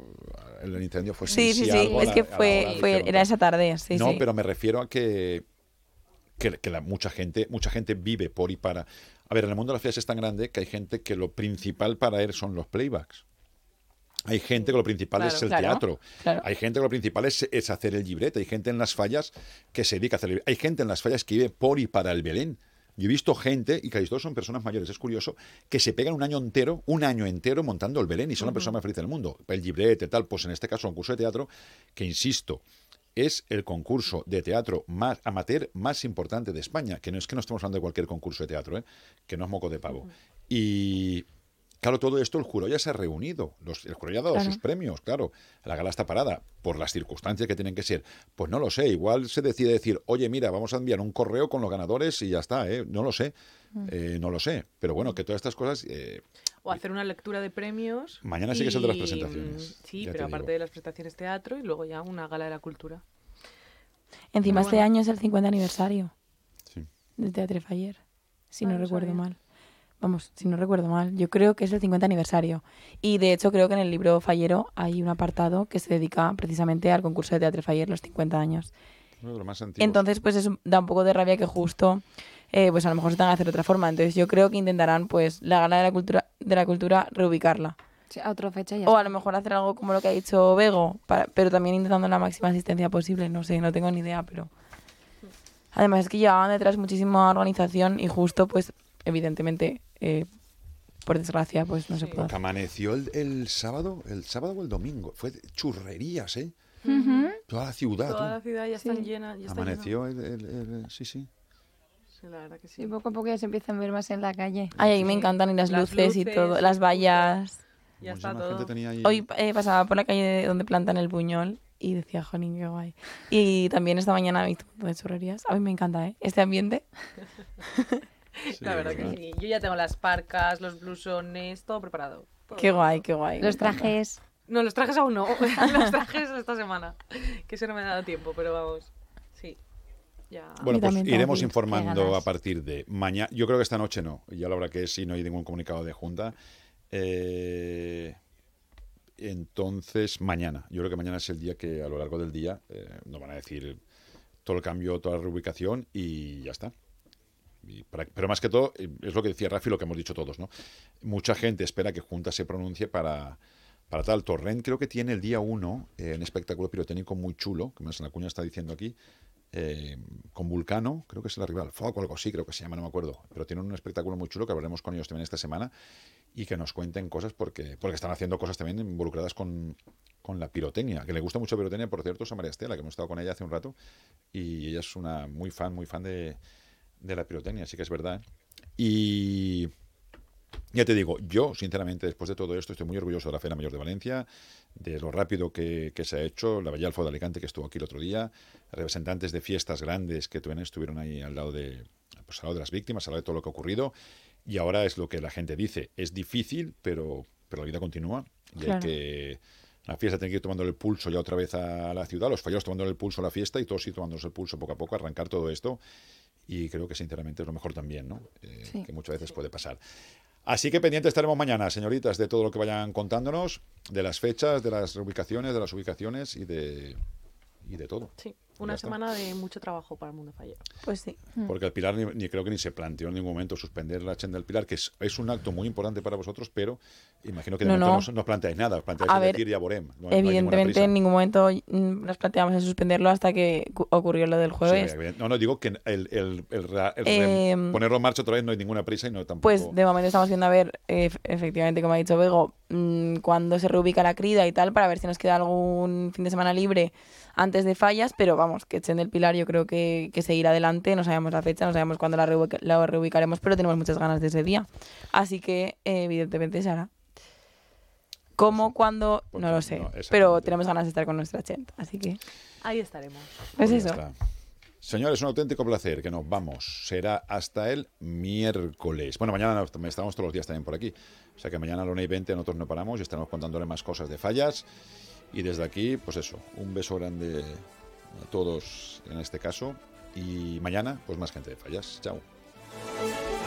el incendio. Fue sí, sí, si sí, algo es la, que fue, fue era esa tarde. Sí, no, sí. pero me refiero a que, que, que la, mucha gente mucha gente vive por y para... A ver, en el mundo de las fiestas es tan grande que hay gente que lo principal para él son los playbacks. Hay gente que lo principal claro, es el claro, teatro. Claro. Hay gente que lo principal es, es hacer el libreto. Hay gente en las fallas que se dedica a hacer el libreto. Hay gente en las fallas que vive por y para el Belén. Yo he visto gente, y casi todos son personas mayores, es curioso, que se pegan un año entero, un año entero montando el Belén y son uh-huh. la persona más feliz del mundo. El librete, tal, pues en este caso un curso de teatro que, insisto, es el concurso de teatro más amateur más importante de España, que no es que no estamos hablando de cualquier concurso de teatro, ¿eh? Que no es moco de pavo. Uh-huh. Y... Claro, todo esto el jurado ya se ha reunido, los, el jurado ya ha dado claro. sus premios, claro, la gala está parada, por las circunstancias que tienen que ser. Pues no lo sé, igual se decide decir, oye, mira, vamos a enviar un correo con los ganadores y ya está, ¿eh? No lo sé, eh, no lo sé, pero bueno, que todas estas cosas... Eh, o hacer una lectura de premios. Mañana sí que es el de las presentaciones. Sí, pero aparte digo. de las presentaciones teatro y luego ya una gala de la cultura. Encima bueno. este año es el cincuenta aniversario sí. del Teatre Faller, si ah, no, no recuerdo sabía. mal. Vamos, si no recuerdo mal, yo creo que es el cincuenta aniversario. Y de hecho creo que en el libro Fallero hay un apartado que se dedica precisamente al concurso de Teatre Faller los cincuenta años. Uno de los más antiguos. Entonces, pues eso da un poco de rabia que justo, eh, pues a lo mejor se tengan que hacer de otra forma. Entonces yo creo que intentarán, pues, la gala de la cultura, de la cultura reubicarla. Sí, a otra fecha ya. O a lo mejor hacer algo como lo que ha dicho Bego, para, pero también intentando la máxima asistencia posible. No sé, no tengo ni idea, pero... Además es que llevaban detrás muchísima organización y justo, pues, evidentemente... Eh, por desgracia, pues no sí. se puede hacer. Amaneció el, el sábado, el sábado o el domingo. Fue churrerías, ¿eh? Uh-huh. Toda la ciudad. Toda ¿tú? la ciudad ya sí. está llena. Ya Amaneció está el, el, el, el... Sí, sí. Sí, la verdad que sí. Y poco a poco ya se empiezan a ver más en la calle. Ay, ahí sí. me encantan y las, las luces, luces y todo. Las vallas. Ya está todo. Ahí... Hoy eh, pasaba por la calle donde plantan el buñol y decía, jolín, qué guay. Y también esta mañana he visto un montón de churrerías. A mí me encanta, ¿eh? Este ambiente. Sí, la verdad que sí. Yo ya tengo las parcas, los blusones, todo preparado. Todo qué guay, qué guay. Los trajes. No, los trajes aún no. Los trajes esta semana. Que eso no me ha dado tiempo, pero vamos. Sí. Ya. Bueno, pues iremos informando a partir de mañana. Yo creo que esta noche no. Ya lo habrá que si no hay ningún comunicado de Junta. Eh... Entonces, mañana. Yo creo que mañana es el día que a lo largo del día eh, nos van a decir todo el cambio, toda la reubicación y ya está. Y para, pero más que todo, es lo que decía Rafi, lo que hemos dicho todos, ¿no? Mucha gente espera que Junta se pronuncie para, para tal. Torrent creo que tiene el día uno eh, un espectáculo pirotécnico muy chulo, que más la cuña está diciendo aquí, eh, con Vulcano, creo que es la rival, Foc o algo así, creo que se llama, no me acuerdo. Pero tienen un espectáculo muy chulo que hablaremos con ellos también esta semana y que nos cuenten cosas porque, porque están haciendo cosas también involucradas con, con la pirotecnia, que le gusta mucho pirotecnia, por cierto, es a María Estela, que hemos estado con ella hace un rato y ella es una muy fan, muy fan de... de la pirotecnia, sí que es verdad. Y ya te digo, yo, sinceramente, después de todo esto, estoy muy orgulloso de la Feria Mayor de Valencia, de lo rápido que, que se ha hecho, la Vallalfo de Alicante, que estuvo aquí el otro día, representantes de fiestas grandes que también estuvieron ahí al lado de, pues, al lado de las víctimas, al lado de todo lo que ha ocurrido, y ahora es lo que la gente dice, es difícil, pero, pero la vida continúa, y claro. hay que... La fiesta tiene que ir tomando el pulso ya otra vez a la ciudad, los falleros tomando el pulso a la fiesta y todos ir tomándonos el pulso poco a poco, arrancar todo esto y creo que sinceramente es lo mejor también, ¿no? Eh, Sí. que muchas veces puede pasar. Así que pendientes estaremos mañana, señoritas, de todo lo que vayan contándonos, de las fechas, de las reubicaciones, de las ubicaciones y de, y de todo. Sí, Ya una está. semana de mucho trabajo para el mundo fallero. Pues sí. Porque el Pilar ni, ni creo que ni se planteó en ningún momento suspender la Chen del Pilar, que es, es un acto muy importante para vosotros, pero imagino que de No, momento no. no, os- no os planteáis nada, os planteáis A el ver, decir ya Borem. No hay- no hay ninguna Evidentemente prisa. en ningún momento mm, nos planteamos en suspenderlo hasta que cu- ocurrió lo del Sí, jueves. evidente. no, no, digo que el, el, el ra- el Eh, re- ponerlo en marcha otra vez no hay ninguna prisa y no tampoco... Pues de momento estamos viendo a ver, eh, ef- efectivamente, como ha dicho Bego, mm, cuándo se reubica la crida y tal, para ver si nos queda algún fin de semana libre antes de fallas, pero vamos, que Chen del Pilar yo creo que, que seguirá adelante, no sabemos la fecha, no sabemos cuándo la, reubica- la reubicaremos, pero tenemos muchas ganas de ese día. Así que, eh, evidentemente, se hará. ¿Cómo, cuándo? No lo sé, pero tenemos ganas de estar con nuestra Chen, así que... Ahí estaremos. Pues Ya eso. está. Señores, un auténtico placer, que nos vamos. Será hasta el miércoles. Bueno, mañana nos- estamos todos los días también por aquí. O sea que mañana a la una y veinte nosotros no paramos y estaremos contándole más cosas de fallas. Y desde aquí, pues eso, un beso grande a todos en este caso. Y mañana, pues más gente de fallas. Chao.